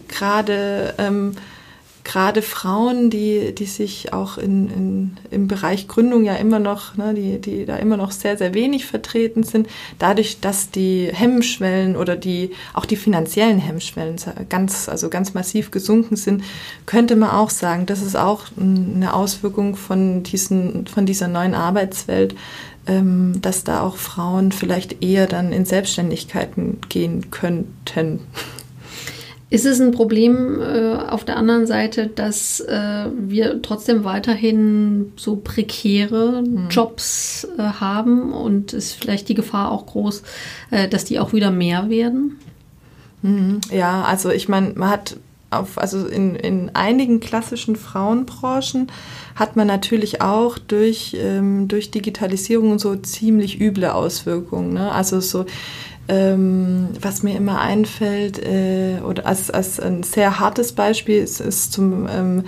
gerade Frauen, die sich auch im Bereich Gründung ja immer noch, ne, die da immer noch sehr, sehr wenig vertreten sind, dadurch, dass die Hemmschwellen oder auch die finanziellen Hemmschwellen ganz massiv gesunken sind, könnte man auch sagen, das ist auch eine Auswirkung von dieser neuen Arbeitswelt, dass da auch Frauen vielleicht eher dann in Selbstständigkeiten gehen könnten. Ist es ein Problem auf der anderen Seite, dass wir trotzdem weiterhin so prekäre Jobs haben und ist vielleicht die Gefahr auch groß, dass die auch wieder mehr werden? Ja, also ich meine, man hat in einigen klassischen Frauenbranchen hat man natürlich auch durch Digitalisierung so ziemlich üble Auswirkungen, ne? Also so was mir immer einfällt, oder als ein sehr hartes Beispiel sind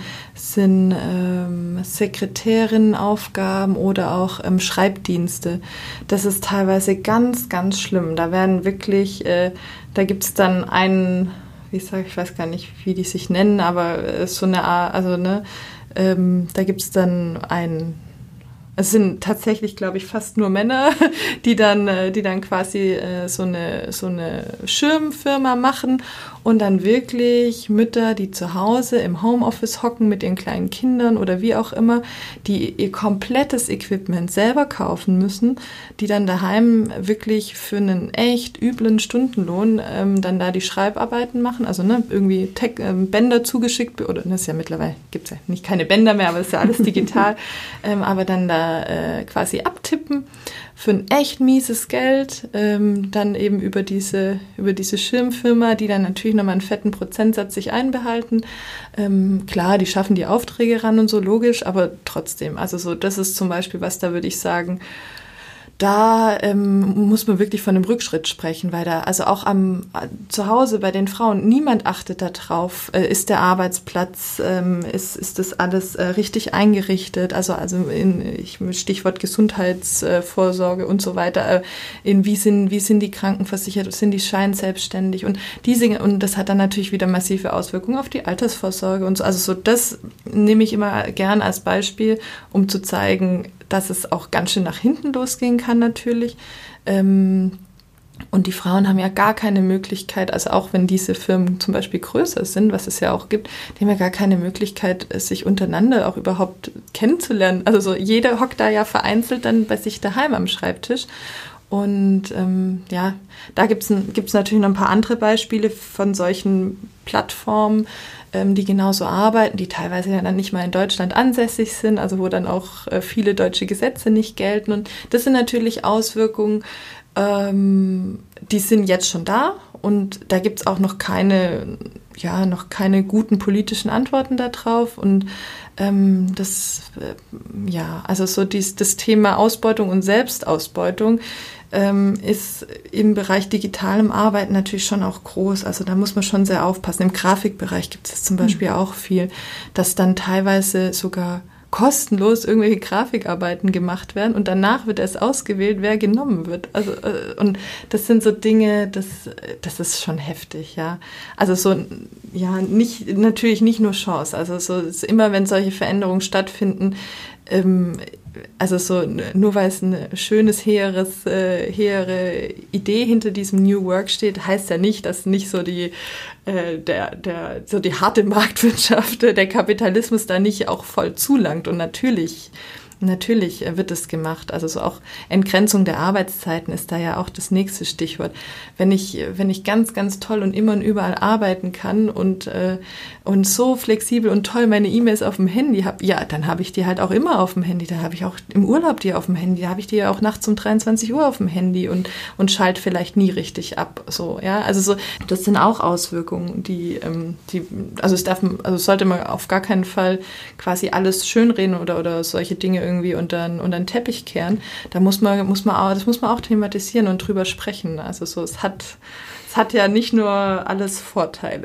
Sekretärinnenaufgaben oder auch Schreibdienste. Das ist teilweise ganz, ganz schlimm. Da werden wirklich, da gibt's dann einen, ich weiß gar nicht, wie die sich nennen, aber so eine Art, also ne, da gibt's dann es sind tatsächlich, glaube ich, fast nur Männer, die dann quasi so eine Schirmfirma machen und dann wirklich Mütter, die zu Hause im Homeoffice hocken mit ihren kleinen Kindern oder wie auch immer, die ihr komplettes Equipment selber kaufen müssen, die dann daheim wirklich für einen echt üblen Stundenlohn dann da die Schreibarbeiten machen, also ne, irgendwie Bänder zugeschickt, oder das ist ja mittlerweile, gibt's ja nicht keine Bänder mehr, aber das ist ja alles digital, aber dann da quasi abtippen für ein echt mieses Geld, dann eben über diese Schirmfirma, die dann natürlich nochmal einen fetten Prozentsatz sich einbehalten. Klar, die schaffen die Aufträge ran und so, logisch, aber trotzdem, also so, das ist zum Beispiel was, da würde ich sagen, da muss man wirklich von einem Rückschritt sprechen, weil da, also auch zu Hause bei den Frauen, niemand achtet da drauf, ist der Arbeitsplatz, ist das alles richtig eingerichtet, also Stichwort Gesundheitsvorsorge und so weiter, wie sind die krankenversichert, sind die scheinselbstständig und das hat dann natürlich wieder massive Auswirkungen auf die Altersvorsorge und so, also so, das nehme ich immer gern als Beispiel, um zu zeigen, dass es auch ganz schön nach hinten losgehen kann natürlich. Und die Frauen haben ja gar keine Möglichkeit, also auch wenn diese Firmen zum Beispiel größer sind, was es ja auch gibt, die haben ja gar keine Möglichkeit, sich untereinander auch überhaupt kennenzulernen. Also so, jeder hockt da ja vereinzelt dann bei sich daheim am Schreibtisch. Und da gibt's natürlich noch ein paar andere Beispiele von solchen Plattformen, die genauso arbeiten, die teilweise ja dann nicht mal in Deutschland ansässig sind, also wo dann auch viele deutsche Gesetze nicht gelten. Und das sind natürlich Auswirkungen, die sind jetzt schon da und da gibt's auch noch keine guten politischen Antworten darauf. Und also so das Thema Ausbeutung und Selbstausbeutung ist im Bereich digitalem Arbeiten natürlich schon auch groß. Also da muss man schon sehr aufpassen. Im Grafikbereich gibt es zum Beispiel auch viel, dass dann teilweise sogar kostenlos irgendwelche Grafikarbeiten gemacht werden und danach wird erst ausgewählt, wer genommen wird. Also und das sind so Dinge, das ist schon heftig, ja. Also so, ja, natürlich nicht nur Chance. Also so ist immer, wenn solche Veränderungen stattfinden, also so, nur weil es eine hehre Idee hinter diesem New Work steht, heißt ja nicht, dass nicht so die harte Marktwirtschaft, der Kapitalismus da nicht auch voll zulangt. Und natürlich wird es gemacht. Also so auch Entgrenzung der Arbeitszeiten ist da ja auch das nächste Stichwort. Wenn ich ganz, ganz toll und immer und überall arbeiten kann und so flexibel und toll meine E-Mails auf dem Handy habe, ja, dann habe ich die halt auch immer auf dem Handy. Da habe ich auch im Urlaub die auf dem Handy. Da habe ich die ja auch nachts um 23 Uhr auf dem Handy und schalte vielleicht nie richtig ab. So, ja, also so, das sind auch Auswirkungen, also sollte man auf gar keinen Fall quasi alles schönreden oder solche Dinge irgendwie unter den Teppich kehren. Da das muss man auch thematisieren und drüber sprechen. Also so, es hat ja nicht nur alles Vorteile.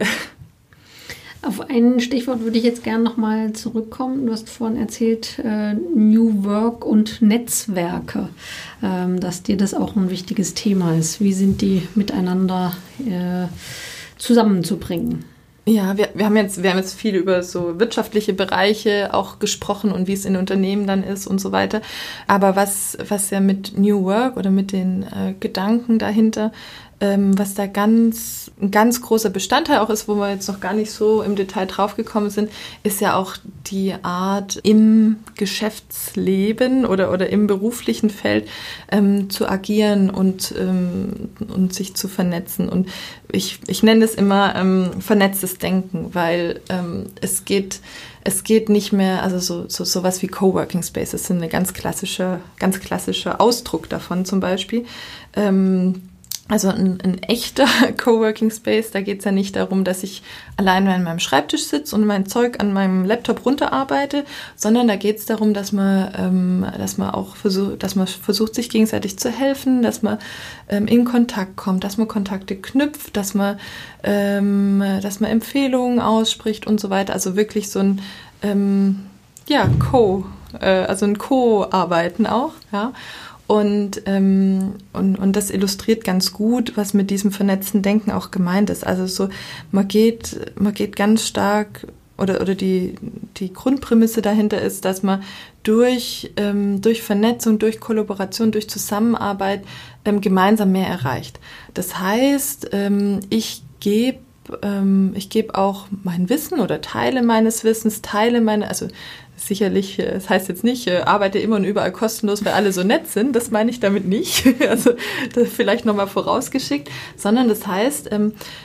Auf ein Stichwort würde ich jetzt gerne nochmal zurückkommen. Du hast vorhin erzählt, New Work und Netzwerke, dass dir das auch ein wichtiges Thema ist. Wie sind die miteinander zusammenzubringen? Ja, wir haben jetzt viel über so wirtschaftliche Bereiche auch gesprochen und wie es in Unternehmen dann ist und so weiter. Aber was ja mit New Work oder mit den Gedanken dahinter, was da ein ganz großer Bestandteil auch ist, wo wir jetzt noch gar nicht so im Detail draufgekommen sind, ist ja auch die Art, im Geschäftsleben oder im beruflichen Feld zu agieren und sich zu vernetzen. Und ich nenne es immer vernetztes Denken, weil es geht nicht mehr, also sowas wie Coworking Spaces sind ein ganz klassischer Ausdruck davon zum Beispiel. Also ein echter Coworking Space, da geht es ja nicht darum, dass ich alleine an meinem Schreibtisch sitze und mein Zeug an meinem Laptop runterarbeite, sondern da geht es darum, dass man versucht, sich gegenseitig zu helfen, dass man in Kontakt kommt, dass man Kontakte knüpft, dass man Empfehlungen ausspricht und so weiter. Also wirklich so ein ein Co-Arbeiten auch, ja. Und das illustriert ganz gut, was mit diesem vernetzten Denken auch gemeint ist. Also so, man geht ganz stark oder die Grundprämisse dahinter ist, dass man durch Vernetzung, durch Kollaboration, durch Zusammenarbeit gemeinsam mehr erreicht. Das heißt, ich gebe auch mein Wissen oder Teile meines Wissens, also sicherlich, das heißt jetzt nicht, arbeite immer und überall kostenlos, weil alle so nett sind, das meine ich damit nicht, also das vielleicht nochmal vorausgeschickt, sondern das heißt,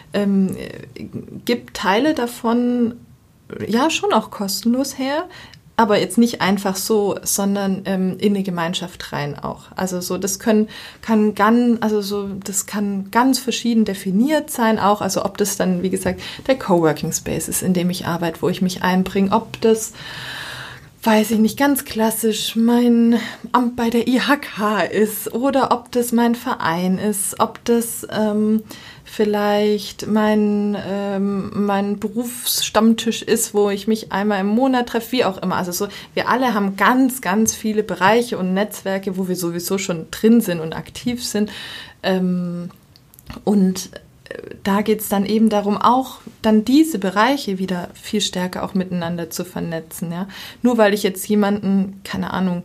gib Teile davon ja schon auch kostenlos her, Aber jetzt nicht einfach so, sondern in eine Gemeinschaft rein auch. Also so, das kann ganz verschieden definiert sein auch. Also ob das dann, wie gesagt, der Coworking Space ist, in dem ich arbeite, wo ich mich einbringe, ob das, weiß ich nicht, ganz klassisch mein Amt bei der IHK ist oder ob das mein Verein ist, ob das vielleicht mein Berufsstammtisch ist, wo ich mich einmal im Monat treffe, wie auch immer. Also so, wir alle haben ganz, ganz viele Bereiche und Netzwerke, wo wir sowieso schon drin sind und aktiv sind. Und da geht es dann eben darum, auch dann diese Bereiche wieder viel stärker auch miteinander zu vernetzen. Ja? Nur weil ich jetzt jemanden, keine Ahnung,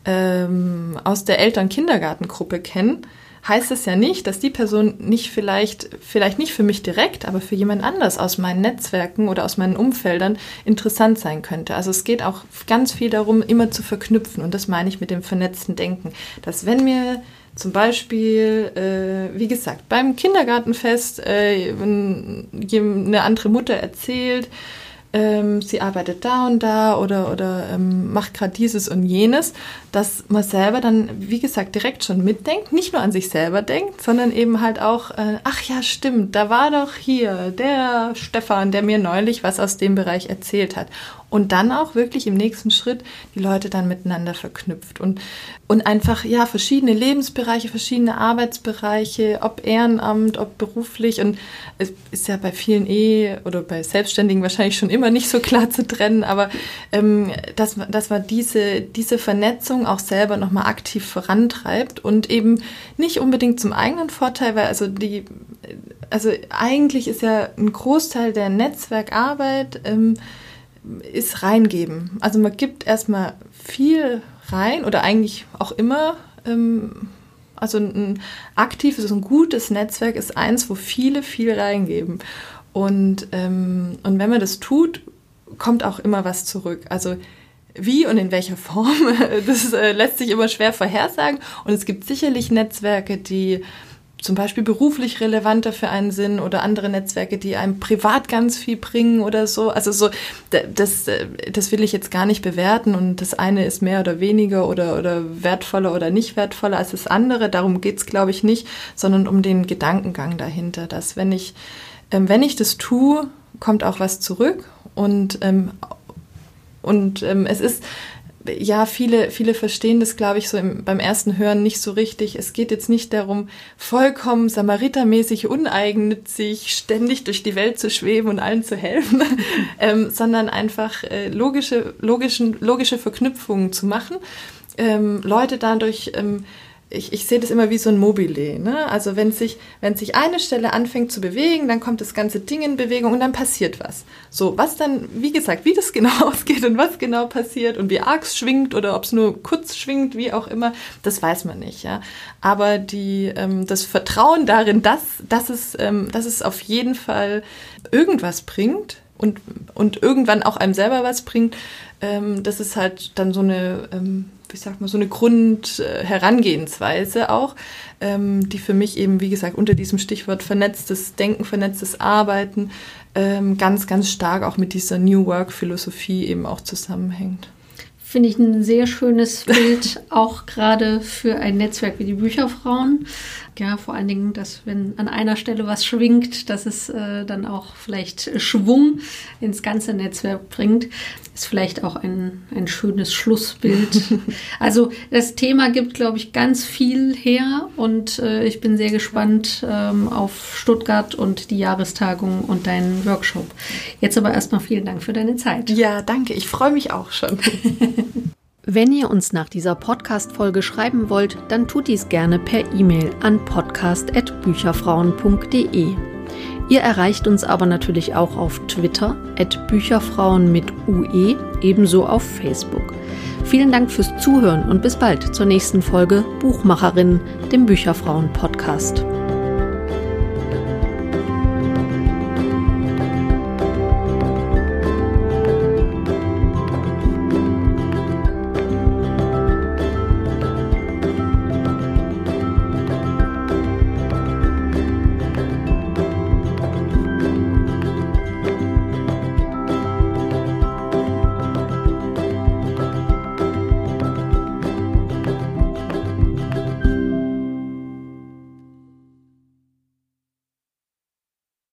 aus der Eltern-Kindergartengruppe kenne, heißt es ja nicht, dass die Person nicht vielleicht nicht für mich direkt, aber für jemand anders aus meinen Netzwerken oder aus meinen Umfeldern interessant sein könnte. Also es geht auch ganz viel darum, immer zu verknüpfen. Und das meine ich mit dem vernetzten Denken. Dass wenn mir zum Beispiel, wie gesagt, beim Kindergartenfest eine andere Mutter erzählt, sie arbeitet da und da oder macht gerade dieses und jenes, dass man selber dann, wie gesagt, direkt schon mitdenkt, nicht nur an sich selber denkt, sondern eben halt auch, ach ja, stimmt, da war doch hier der Stefan, der mir neulich was aus dem Bereich erzählt hat. Und dann auch wirklich im nächsten Schritt die Leute dann miteinander verknüpft und einfach, ja, verschiedene Lebensbereiche, verschiedene Arbeitsbereiche, ob Ehrenamt, ob beruflich, und es ist ja bei vielen oder bei Selbstständigen wahrscheinlich schon immer nicht so klar zu trennen, aber dass man diese Vernetzung auch selber nochmal aktiv vorantreibt und eben nicht unbedingt zum eigenen Vorteil, weil also eigentlich ist ja ein Großteil der Netzwerkarbeit ist reingeben. Also man gibt erstmal viel rein oder eigentlich auch immer, also ein aktives und gutes Netzwerk ist eins, wo viele viel reingeben. Und wenn man das tut, kommt auch immer was zurück. Also wie und in welcher Form, das lässt sich immer schwer vorhersagen. Und es gibt sicherlich Netzwerke, die zum Beispiel beruflich relevanter für einen sind oder andere Netzwerke, die einem privat ganz viel bringen oder so. Also so, das will ich jetzt gar nicht bewerten und das eine ist mehr oder weniger oder wertvoller oder nicht wertvoller als das andere. Darum geht's, glaube ich, nicht, sondern um den Gedankengang dahinter, dass wenn ich das tue, kommt auch was zurück und es ist, ja, viele verstehen das, glaube ich, so beim ersten Hören nicht so richtig. Es geht jetzt nicht darum, vollkommen samaritermäßig, uneigennützig, ständig durch die Welt zu schweben und allen zu helfen, sondern einfach logische Verknüpfungen zu machen. Leute dadurch, ich sehe das immer wie so ein Mobile, ne? Also wenn sich eine Stelle anfängt zu bewegen, dann kommt das ganze Ding in Bewegung und dann passiert was. So, was dann, wie gesagt, wie das genau ausgeht und was genau passiert und wie arg es schwingt oder ob es nur kurz schwingt, wie auch immer, das weiß man nicht, ja. Aber das Vertrauen darin, dass es auf jeden Fall irgendwas bringt und irgendwann auch einem selber was bringt, das ist halt dann so eine so eine Grundherangehensweise auch, die für mich eben, wie gesagt, unter diesem Stichwort vernetztes Denken, vernetztes Arbeiten ganz, ganz stark auch mit dieser New Work-Philosophie eben auch zusammenhängt. Finde ich ein sehr schönes Bild, auch gerade für ein Netzwerk wie die Bücherfrauen. Ja, vor allen Dingen, dass wenn an einer Stelle was schwingt, dass es dann auch vielleicht Schwung ins ganze Netzwerk bringt, ist vielleicht auch ein schönes Schlussbild. Also das Thema gibt, glaube ich, ganz viel her und ich bin sehr gespannt auf Stuttgart und die Jahrestagung und deinen Workshop. Jetzt aber erstmal vielen Dank für deine Zeit. Ja, danke. Ich freue mich auch schon. Wenn ihr uns nach dieser Podcast-Folge schreiben wollt, dann tut dies gerne per E-Mail an podcast@bücherfrauen.de. Ihr erreicht uns aber natürlich auch auf Twitter @bücherfrauen mit UE, ebenso auf Facebook. Vielen Dank fürs Zuhören und bis bald zur nächsten Folge Buchmacherinnen, dem Bücherfrauen-Podcast.